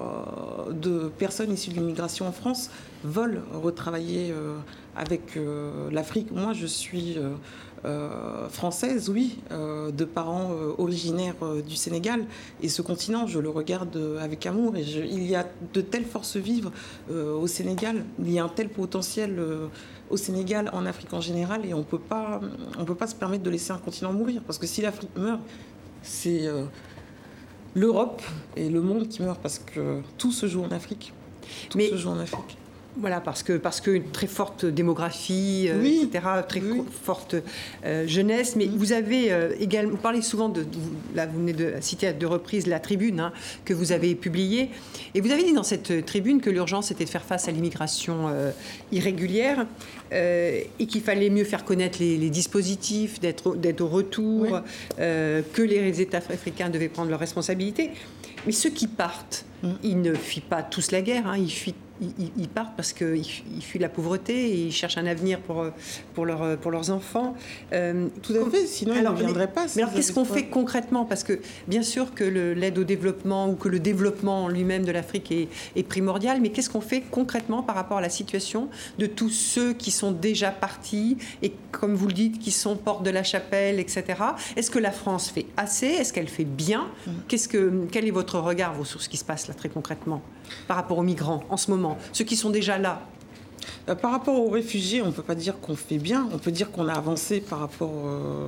de personnes issues de l'immigration en France veulent retravailler euh, avec euh, l'Afrique. Moi, je suis euh, euh, française, oui, euh, de parents euh, originaires euh, du Sénégal. Et ce continent, je le regarde euh, avec amour. Et je, il y a de telles forces vives euh, au Sénégal. Il y a un tel potentiel euh, au Sénégal, en Afrique en général. Et on peut pas, on peut pas se permettre de laisser un continent mourir. Parce que si l'Afrique meurt, c'est euh, l'Europe et le monde qui meurent. Parce que tout se joue en Afrique. Tout Mais... se joue en Afrique. Voilà, parce que parce qu'une très forte démographie, euh, oui, et cetera, très oui. forte euh, jeunesse. Mais mmh. vous avez euh, également, vous parlez souvent de, vous, là vous venez de citer à deux reprises la tribune hein, que vous avez publiée, et vous avez dit dans cette tribune que l'urgence était de faire face à l'immigration euh, irrégulière euh, et qu'il fallait mieux faire connaître les, les dispositifs, d'être d'être au retour, oui. euh, que les États africains devaient prendre leurs responsabilités. Mais ceux qui partent, mmh. ils ne fuient pas tous la guerre, hein, ils fuient. Ils, ils partent parce qu'ils fuient la pauvreté et ils cherchent un avenir pour, pour, leur, pour leurs enfants. Euh, Tout à fait, sinon alors, ils ne viendraient pas. Mais alors qu'est-ce qu'on fait concrètement ? Parce que bien sûr que le, l'aide au développement ou que le développement lui-même de l'Afrique est, est primordial, mais qu'est-ce qu'on fait concrètement par rapport à la situation de tous ceux qui sont déjà partis et, comme vous le dites, qui sont porte de la Chapelle, et cetera. Est-ce que la France fait assez ? Est-ce qu'elle fait bien ? Qu'est-ce que, quel est votre regard vous, sur ce qui se passe là très concrètement par rapport aux migrants en ce moment ? Ceux qui sont déjà là. Par rapport aux réfugiés, on ne peut pas dire qu'on fait bien. On peut dire qu'on a avancé par rapport euh,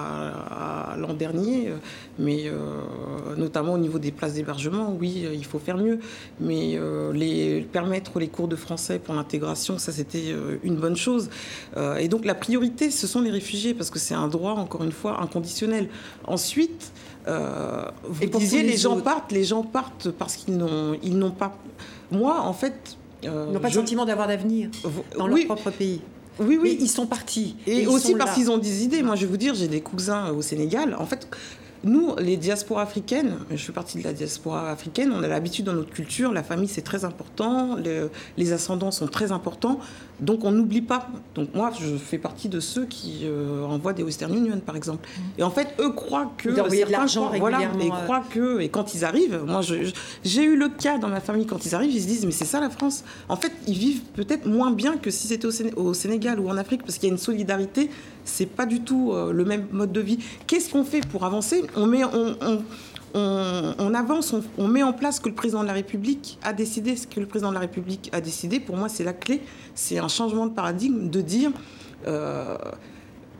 à, à l'an dernier, mais euh, notamment au niveau des places d'hébergement, oui, il faut faire mieux. Mais euh, les, permettre les cours de français pour l'intégration, ça c'était euh, une bonne chose. Euh, et donc la priorité, ce sont les réfugiés, parce que c'est un droit, encore une fois, inconditionnel. Ensuite, euh, vous et disiez, les, les gens partent, les gens partent parce qu'ils n'ont, ils n'ont pas... Moi, en fait... Euh, ils n'ont pas je... le sentiment d'avoir d'avenir dans oui. leur propre pays. Oui, oui. Mais ils sont partis. Et, et aussi parce là. qu'ils ont des idées. Moi, je vais vous dire, j'ai des cousins au Sénégal. En fait, nous, les diasporas africaines, je fais partie de la diaspora africaine, on a l'habitude dans notre culture, la famille, c'est très important, le, les ascendants sont très importants, donc on n'oublie pas. Donc moi, je fais partie de ceux qui euh, envoient des Western Union, par exemple. Et en fait, eux croient que... Vous envoyez de l'argent croient, régulièrement. Voilà, et croient que... Et quand ils arrivent, moi, je, je, j'ai eu le cas dans ma famille, quand ils arrivent, ils se disent, mais c'est ça la France. En fait, ils vivent peut-être moins bien que si c'était au, Séné- au Sénégal ou en Afrique, parce qu'il y a une solidarité. C'est pas du tout euh, le même mode de vie. Qu'est-ce qu'on fait pour avancer ? On met, on, on, on, on avance, on, on met en place ce que le président de la République a décidé. Ce que le président de la République a décidé, pour moi, c'est la clé. C'est un changement de paradigme de dire euh,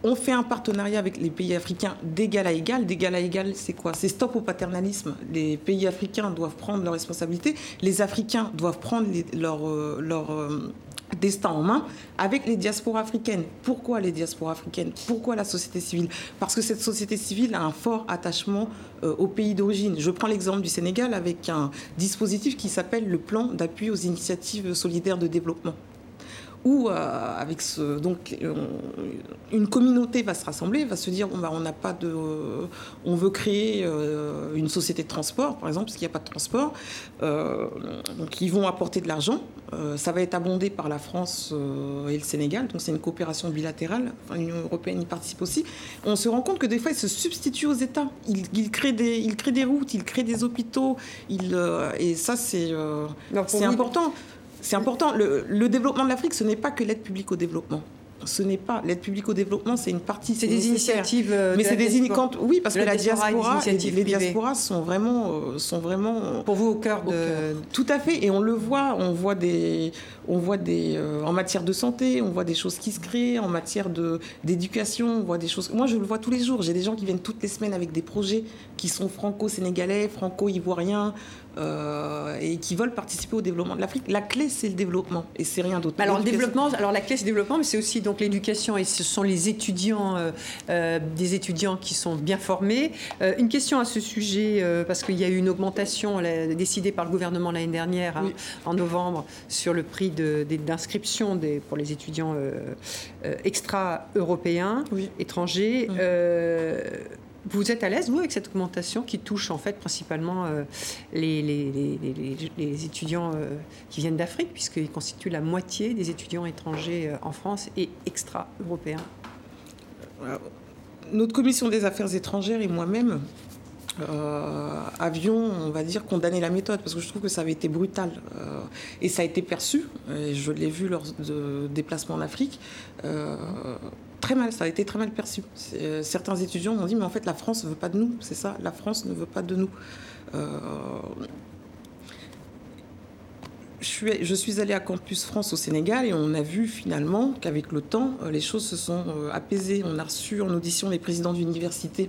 on fait un partenariat avec les pays africains d'égal à égal. D'égal à égal, c'est quoi? C'est stop au paternalisme. Les pays africains doivent prendre leurs responsabilités. Les Africains doivent prendre les, leur, euh, leur euh, destin en main avec les diasporas africaines. Pourquoi les diasporas africaines? Pourquoi la société civile? Parce que cette société civile a un fort attachement euh, au pays d'origine. Je prends l'exemple du Sénégal avec un dispositif qui s'appelle le plan d'appui aux initiatives solidaires de développement. Où, euh, avec ce, donc, euh, une communauté va se rassembler, va se dire bon, bah, on n'a pas de, euh, on veut créer euh, une société de transport, par exemple, parce qu'il n'y a pas de transport. Euh, donc, ils vont apporter de l'argent. Euh, ça va être abondé par la France euh, et le Sénégal. Donc, c'est une coopération bilatérale. Enfin, l'Union européenne y participe aussi. On se rend compte que des fois, ils se substituent aux États. Ils, ils, créent, des, ils créent des routes, ils créent des hôpitaux. Ils, euh, et ça, c'est, euh, c'est important. C'est important. Le, le développement de l'Afrique, ce n'est pas que l'aide publique au développement. Ce n'est pas l'aide publique au développement, c'est une partie. C'est, c'est des nécessaire. Initiatives. Mais de c'est des initiatives. Oui, parce que la diaspora, les, les diasporas sont vraiment, sont vraiment. Pour vous au cœur de. Au cœur. Tout à fait. Et on le voit. On voit des, on voit des, euh, en matière de santé, on voit des choses qui se créent. En matière de d'éducation, on voit des choses. Moi, je le vois tous les jours. J'ai des gens qui viennent toutes les semaines avec des projets qui sont franco-sénégalais, franco-ivoiriens. Euh, et qui veulent participer au développement de l'Afrique. La clé, c'est le développement, et c'est rien d'autre. Alors, le développement, alors la clé, c'est le développement, mais c'est aussi donc l'éducation, et ce sont les étudiants, euh, euh, des étudiants qui sont bien formés. Euh, une question à ce sujet, euh, parce qu'il y a eu une augmentation là, décidée par le gouvernement l'année dernière, oui. hein, en novembre, sur le prix de, de, d'inscription des, pour les étudiants euh, euh, extra-européens, oui. étrangers. Oui. Euh, Vous êtes à l'aise, vous, avec cette augmentation qui touche en fait principalement euh, les, les, les, les, les étudiants euh, qui viennent d'Afrique, puisqu'ils constituent la moitié des étudiants étrangers euh, en France et extra-européens? Notre commission des affaires étrangères et moi-même euh, avions, on va dire, condamné la méthode, parce que je trouve que ça avait été brutal. Euh, et ça a été perçu, et je l'ai vu lors de déplacements en Afrique, euh, très mal, ça a été très mal perçu. Euh, certains étudiants m'ont dit, mais en fait, la France ne veut pas de nous, c'est ça, la France ne veut pas de nous. Euh, je, suis, je suis allée à Campus France au Sénégal et on a vu finalement qu'avec le temps, les choses se sont apaisées. On a reçu en audition les présidents d'université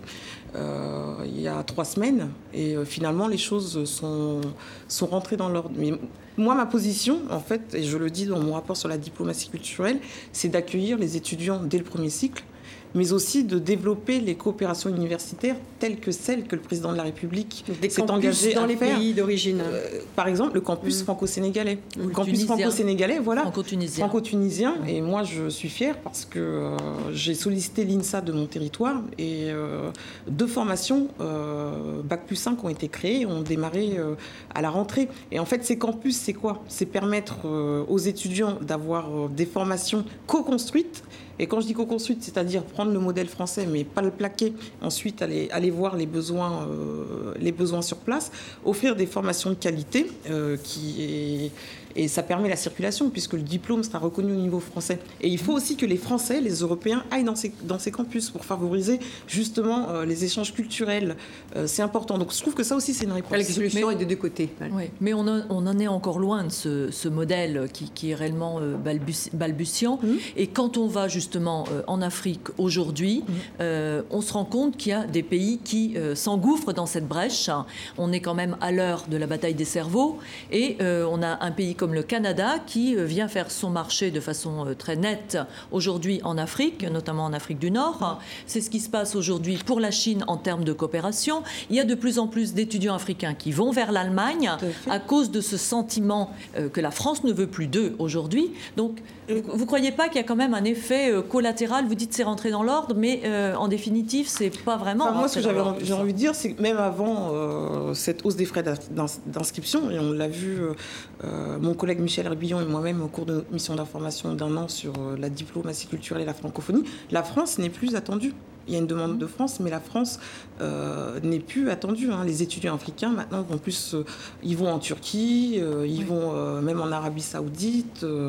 euh, il y a trois semaines et euh, finalement, les choses sont, sont rentrées dans l'ordre. Mais moi, ma position, en fait, et je le dis dans mon rapport sur la diplomatie culturelle, c'est d'accueillir les étudiants dès le premier cycle, mais aussi de développer les coopérations universitaires telles que celles que le président de la République s'est engagé dans à les faire. Pays d'origine. Euh, par exemple, le campus mmh. franco-sénégalais. Le, le campus franco-sénégalais, voilà. Franco-tunisien. Franco-tunisien. Mmh. Et moi, je suis fière parce que euh, j'ai sollicité l'INSA de mon territoire et euh, deux formations, euh, Bac plus cinq, ont été créées, ont démarré euh, à la rentrée. Et en fait, ces campus, c'est quoi? C'est permettre euh, aux étudiants d'avoir euh, des formations co-construites. Et quand je dis co-construite, c'est-à-dire prendre le modèle français, mais pas le plaquer, ensuite aller, aller voir les besoins, euh, les besoins sur place, offrir des formations de qualité, euh, qui est, et ça permet la circulation, puisque le diplôme sera reconnu au niveau français. Et il faut aussi que les Français, les Européens, aillent dans ces, dans ces campus pour favoriser justement euh, les échanges culturels. Euh, c'est important. Donc je trouve que ça aussi, c'est une réponse. La solution est des deux côtés. Oui, mais on, a, on en est encore loin de ce, ce modèle qui, qui est réellement euh, balbuti- balbutiant. Mmh. Et quand on va justement Justement, euh, en Afrique aujourd'hui, mmh. euh, on se rend compte qu'il y a des pays qui euh, s'engouffrent dans cette brèche. On est quand même à l'heure de la bataille des cerveaux et euh, on a un pays comme le Canada qui euh, vient faire son marché de façon euh, très nette aujourd'hui en Afrique, notamment en Afrique du Nord. Mmh. C'est ce qui se passe aujourd'hui pour la Chine en termes de coopération. Il y a de plus en plus d'étudiants africains qui vont vers l'Allemagne à cause de ce sentiment euh, que la France ne veut plus d'eux aujourd'hui. Donc, vous ne croyez pas qu'il y a quand même un effet euh, collatéral? Vous dites c'est rentré dans l'ordre, mais euh, en définitive, c'est pas vraiment. Enfin, moi, ce que j'avais envie, j'ai envie de dire, c'est que même avant euh, cette hausse des frais d'inscription, et on l'a vu, euh, mon collègue Michel Herbillon et moi-même au cours de notre mission d'information d'un an sur euh, la diplomatie culturelle et la francophonie, la France n'est plus attendue. Il y a une demande de France, mais la France euh, n'est plus attendue. Hein. Les étudiants africains, maintenant, vont plus, euh, ils vont en Turquie, euh, ils oui. vont euh, même en Arabie Saoudite. Euh,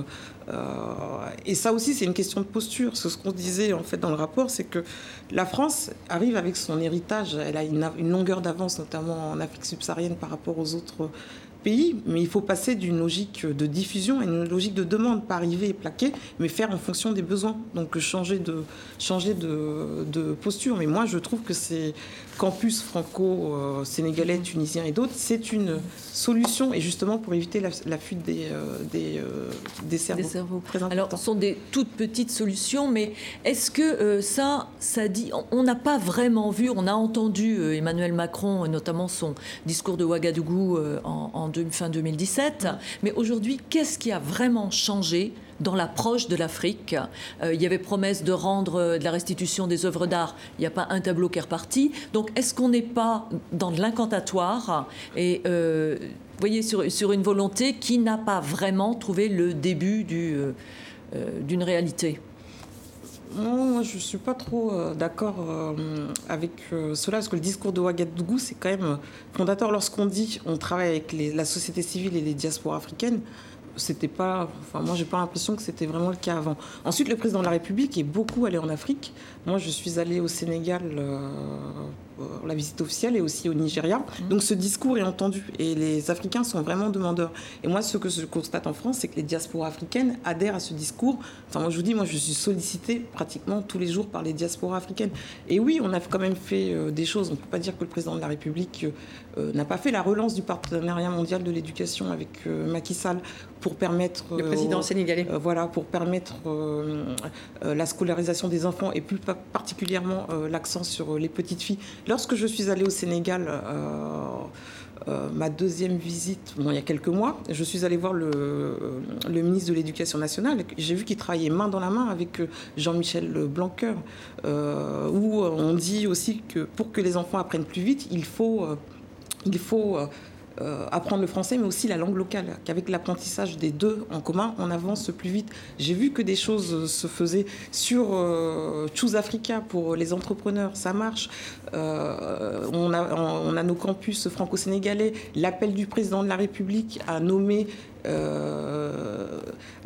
euh, et ça aussi, c'est une question de posture. Ce qu'on disait en fait dans le rapport, c'est que la France arrive avec son héritage. Elle a une, une longueur d'avance, notamment en Afrique subsaharienne, par rapport aux autres pays, mais il faut passer d'une logique de diffusion à une logique de demande, pas arriver et plaquer, mais faire en fonction des besoins. Donc changer de, changer de, de posture. Mais moi, je trouve que ces campus franco-sénégalais, tunisiens et d'autres, c'est une solution, et justement pour éviter la, la fuite des, euh, des, euh, des cerveaux. Des cerveaux. Alors, ce sont des toutes petites solutions, mais est-ce que euh, ça, ça dit... On n'a pas vraiment vu, on a entendu euh, Emmanuel Macron, notamment son discours de Ouagadougou euh, en, en deux, fin deux mille dix-sept, mais aujourd'hui, qu'est-ce qui a vraiment changé dans l'approche de l'Afrique? euh, Il y avait promesse de rendre euh, de la restitution des œuvres d'art. Il n'y a pas un tableau qui est reparti. Donc, est-ce qu'on n'est pas dans de l'incantatoire et, euh, vous voyez, sur, sur une volonté qui n'a pas vraiment trouvé le début du, euh, euh, d'une réalité? Non, moi, je ne suis pas trop euh, d'accord euh, avec euh, cela, parce que le discours de Ouagadougou, c'est quand même fondateur. Lorsqu'on dit on travaille avec les, la société civile et les diasporas africaines, c'était pas, enfin moi j'ai pas l'impression que c'était vraiment le cas avant. Ensuite, le président de la République est beaucoup allé en Afrique. Moi, je suis allée au Sénégal euh, pour la visite officielle et aussi au Nigeria. Mmh. Donc ce discours est entendu et les Africains sont vraiment demandeurs. Et moi, ce que je constate en France, c'est que les diasporas africaines adhèrent à ce discours. Enfin, moi je vous dis, moi je suis sollicitée pratiquement tous les jours par les diasporas africaines. Et oui, on a quand même fait euh, des choses. On ne peut pas dire que le président de la République euh, n'a pas fait la relance du partenariat mondial de l'éducation avec euh, Macky Sall pour permettre le président euh, sénégalais. Euh, voilà, pour permettre euh, euh, la scolarisation des enfants et plus particulièrement euh, l'accent sur les petites filles. Lorsque je suis allée au Sénégal, euh, euh, ma deuxième visite, bon, il y a quelques mois, je suis allée voir le, le ministre de l'Éducation nationale. J'ai vu qu'il travaillait main dans la main avec Jean-Michel Blanquer, euh, où on dit aussi que pour que les enfants apprennent plus vite, il faut, euh, il faut euh, Euh, apprendre le français, mais aussi la langue locale, qu'avec l'apprentissage des deux en commun, on avance plus vite. J'ai vu que des choses se faisaient sur euh, Choose Africa pour les entrepreneurs, ça marche. Euh, on, a, on a nos campus franco-sénégalais, l'appel du président de la République à nommer euh,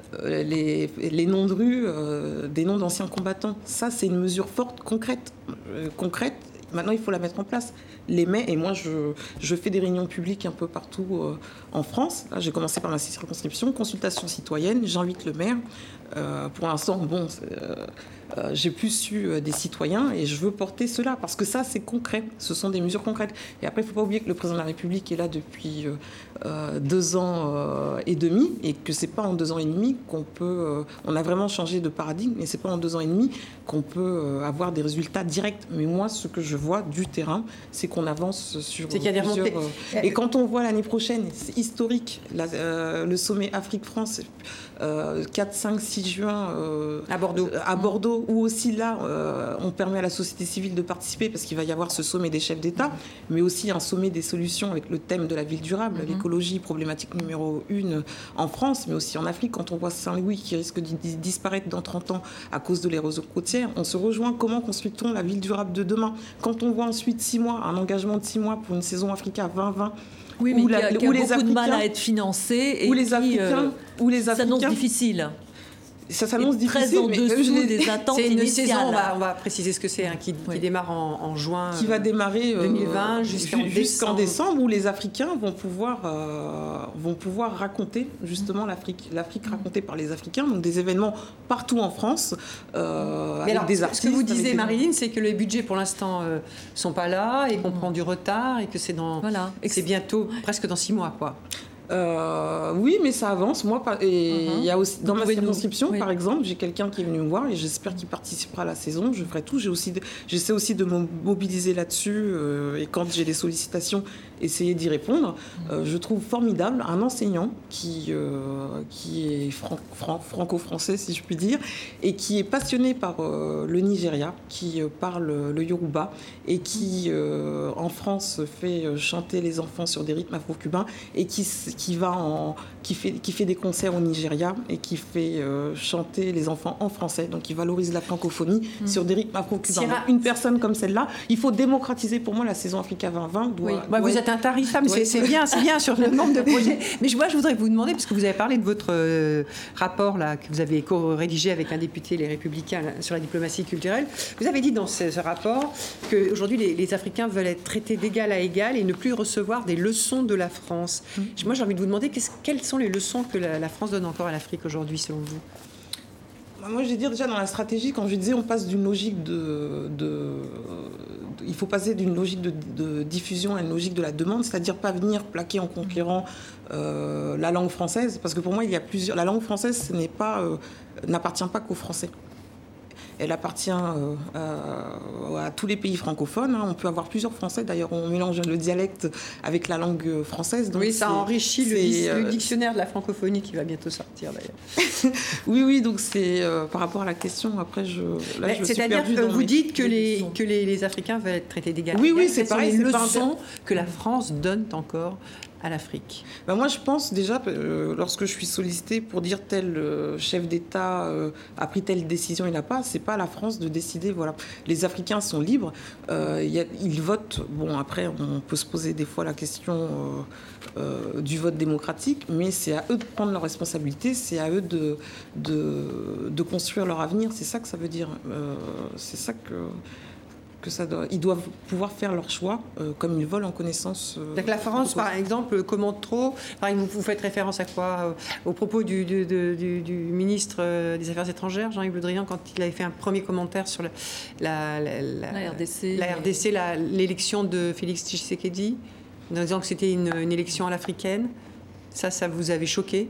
les, les noms de rue, euh, des noms d'anciens combattants. Ça, c'est une mesure forte, concrète, euh, concrète. Maintenant, il faut la mettre en place. Les mai, et moi, je, je fais des réunions publiques un peu partout euh, en France. Là, j'ai commencé par ma circonscription, consultation citoyenne, j'invite le maire. Euh, pour l'instant, bon, euh, euh, j'ai plus eu euh, des citoyens et je veux porter cela parce que ça, c'est concret. Ce sont des mesures concrètes. Et après, il ne faut pas oublier que le président de la République est là depuis euh, euh, deux ans euh, et demi et que c'est pas en deux ans et demi qu'on peut. Euh, on a vraiment changé de paradigme, mais c'est pas en deux ans et demi qu'on peut euh, avoir des résultats directs. Mais moi, ce que je vois du terrain, c'est qu'on avance sur c'est qu'il y a des plusieurs. Remontées. Euh, et quand on voit l'année prochaine, c'est historique, la, euh, le sommet Afrique-France, euh, quatre, cinq, six juin euh, à Bordeaux, à Bordeaux, où aussi là, euh, on permet à la société civile de participer parce qu'il va y avoir ce sommet des chefs d'État, mais aussi un sommet des solutions avec le thème de la ville durable, mm-hmm. l'écologie, problématique numéro une en France, mais aussi en Afrique. Quand on voit Saint-Louis qui risque de disparaître dans trente ans à cause de l'érosion côtière, on se rejoint. Comment construit-on la ville durable de demain? Quand on voit ensuite six mois, un engagement de six mois pour une saison Africa vingt vingt, oui, mais où, la, qui a, où les beaucoup Africains, de mal à être financé et où les qui Africains, euh, où les Africains s'annonce difficile. Ça s'annonce difficile, très en dessous mais des attentes c'est une initiales. saison, on va, on va préciser ce que c'est, hein, qui, oui. qui démarre en, en juin qui va démarrer deux mille vingt euh, jusqu'en jusqu'en décembre. décembre, où les Africains vont pouvoir euh, vont pouvoir raconter justement l'Afrique, l'Afrique racontée par les Africains, donc des événements partout en France. Euh, Mais avec alors, des artistes, ce que vous disiez, des... Marilyn, c'est que les budgets pour l'instant euh, sont pas là et qu'on prend du retard et que c'est dans, voilà. et que c'est bientôt, presque dans six mois, quoi. Euh, oui, mais ça avance. Moi, et il uh-huh. y a aussi dans ma circonscription, nous... oui. par exemple, j'ai quelqu'un qui est venu me voir et j'espère qu'il participera à la saison. Je ferai tout. J'ai aussi, de... j'essaie aussi de me mobiliser là-dessus euh, et quand j'ai des sollicitations, essayer d'y répondre. Euh, je trouve formidable un enseignant qui euh, qui est fran- fran- franco-français, si je puis dire, et qui est passionné par euh, le Nigeria, qui euh, parle le Yoruba et qui euh, en France fait chanter les enfants sur des rythmes afro-cubains et qui qui va en, qui fait, qui fait des concerts au Nigeria et qui fait euh, chanter les enfants en français. Donc, il valorise la francophonie mmh. sur des rythmes afro-cubains. Sierra... Une personne comme celle-là, il faut démocratiser pour moi la saison Africa vingt vingt. Doit, oui. doit bah, vous être... êtes intarissable, c'est, c'est bien, c'est bien sur le nombre de projets. Mais moi, je voudrais vous demander, parce que vous avez parlé de votre euh, rapport là, que vous avez co-rédigé avec un député, les Républicains, là, sur la diplomatie culturelle. Vous avez dit dans ce, ce rapport qu'aujourd'hui, les, les Africains veulent être traités d'égal à égal et ne plus recevoir des leçons de la France. Mmh. Moi, j'en envie de vous demander quelles sont les leçons que la, la France donne encore à l'Afrique aujourd'hui, selon vous? Moi, je vais dire déjà dans la stratégie, quand je disais on passe d'une logique de, de, de... Il faut passer d'une logique de, de diffusion à une logique de la demande, c'est-à-dire pas venir plaquer en conquérant euh, la langue française, parce que pour moi, il y a plusieurs... La langue française, ce n'est pas, euh, n'appartient pas qu'aux Français. Elle appartient euh, à, à tous les pays francophones. Hein. On peut avoir plusieurs Français. D'ailleurs, on mélange le dialecte avec la langue française. Donc oui, ça enrichit le, euh, le dictionnaire de la francophonie qui va bientôt sortir, d'ailleurs. oui, oui, donc c'est euh, par rapport à la question. Après, je, là, je c'est-à-dire que vous dites que, les, que les, les Africains veulent être traités d'égal. Oui, oui, c'est pareil. C'est les leçons que la France donne encore à l'Afrique. Ben moi, je pense déjà, euh, lorsque je suis sollicitée pour dire tel euh, chef d'État euh, a pris telle décision, il n'a pas, c'est pas à la France de décider. Voilà. Les Africains sont libres, euh, y a, ils votent. Bon, après, on peut se poser des fois la question euh, euh, du vote démocratique, mais c'est à eux de prendre leurs responsabilités, c'est à eux de, de, de construire leur avenir. C'est ça que ça veut dire. Euh, c'est ça que... que ça doit, ils doivent pouvoir faire leur choix euh, comme ils veulent en connaissance. Euh, Donc la France, par exemple, commente trop. Par exemple, vous faites référence à quoi euh, au propos du, du, du, du ministre euh, des Affaires étrangères, Jean-Yves Le Drian, quand il avait fait un premier commentaire sur la, la, la, la, la R D C, la R D C, la, l'élection de Félix Tshisekedi, en disant que c'était une, une élection à l'africaine. Ça, ça vous avait choqué?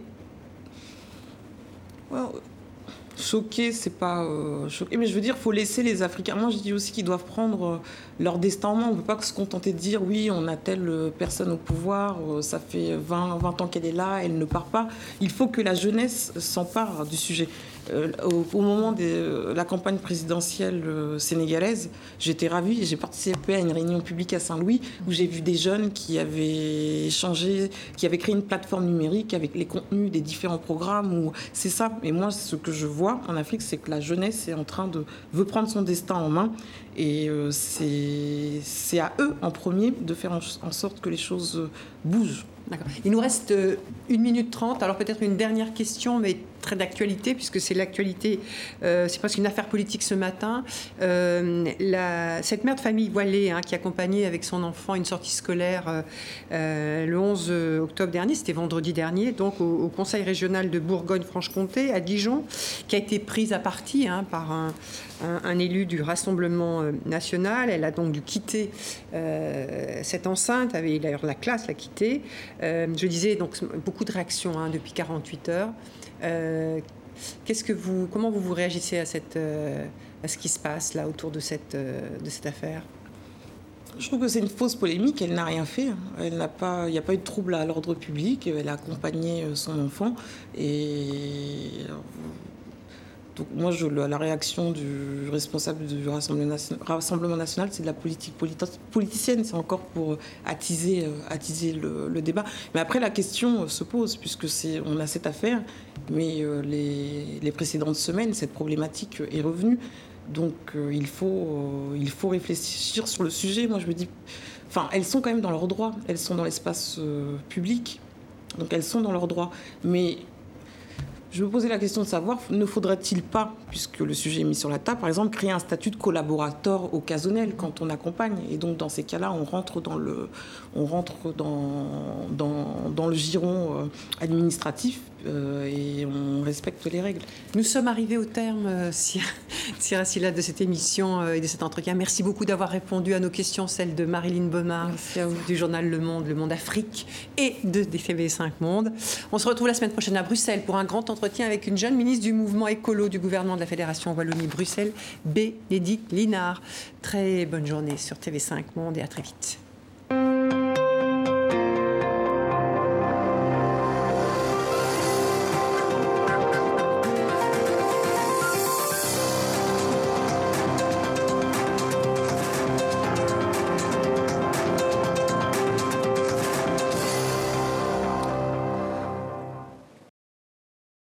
well, Choqué, c'est pas euh, choqué, mais je veux dire, il faut laisser les Africains. Moi, je dis aussi qu'ils doivent prendre euh, leur destin en main. On ne peut pas se contenter de dire oui, on a telle euh, personne au pouvoir, euh, ça fait vingt, vingt ans qu'elle est là, elle ne part pas. Il faut que la jeunesse s'empare du sujet. Euh, au, au moment de euh, la campagne présidentielle euh, sénégalaise, j'étais ravie. J'ai participé à une réunion publique à Saint-Louis où j'ai vu des jeunes qui avaient échangé, qui avaient créé une plateforme numérique avec les contenus des différents programmes. Où c'est ça. Et moi, ce que je vois en Afrique, c'est que la jeunesse est en train de veut prendre son destin en main. Et euh, c'est, c'est à eux en premier de faire en, en sorte que les choses bougent. D'accord. Il nous reste une minute trente. Alors peut-être une dernière question, mais très d'actualité, puisque c'est l'actualité, euh, c'est presque une affaire politique ce matin. Euh, la, cette mère de famille voilée hein, qui accompagnait avec son enfant une sortie scolaire euh, le onze octobre dernier, c'était vendredi dernier, donc au, au Conseil régional de Bourgogne-Franche-Comté, à Dijon, qui a été prise à partie hein, par un, un, un élu du Rassemblement national. Elle a donc dû quitter euh, cette enceinte, avait d'ailleurs la classe l'a quittée. Euh, je disais donc beaucoup de réactions hein, depuis quarante-huit heures. Euh, qu'est-ce que vous, comment vous, vous réagissez à, cette, euh, à ce qui se passe là autour de cette, euh, de cette affaire? Je trouve que c'est une fausse polémique. Elle n'a rien fait. Elle n'a pas, il n'y a pas eu de trouble à l'ordre public. Elle a accompagné son enfant. Et donc moi, je, la réaction du responsable du Rassemblement national, Rassemblement national, c'est de la politique politicienne. C'est encore pour attiser, attiser le, le débat. Mais après, la question se pose, puisque c'est, on a cette affaire, mais les, les précédentes semaines, cette problématique est revenue. Donc euh, il, faut, euh, il faut réfléchir sur le sujet. Moi, je me dis... Enfin, elles sont quand même dans leurs droits. Elles sont dans l'espace euh, public. Donc elles sont dans leurs droits. Mais... je me posais la question de savoir, ne faudrait-il pas, puisque le sujet est mis sur la table, par exemple, créer un statut de collaborateur occasionnel quand on accompagne. Et donc, dans ces cas-là, on rentre dans le, on rentre dans, dans, dans le giron administratif euh, et on respecte les règles. Nous sommes arrivés au terme, euh, Sira Sylla, de cette émission euh, et de cet entretien. Merci beaucoup d'avoir répondu à nos questions, celles de Marilyn Baumard, du journal Le Monde, Le Monde Afrique, et de T V cinq Monde. On se retrouve la semaine prochaine à Bruxelles pour un grand entretien avec une jeune ministre du mouvement écolo du gouvernement de la Fédération Wallonie-Bruxelles, Bénédicte Linard. Très bonne journée sur T V cinq Monde et à très vite.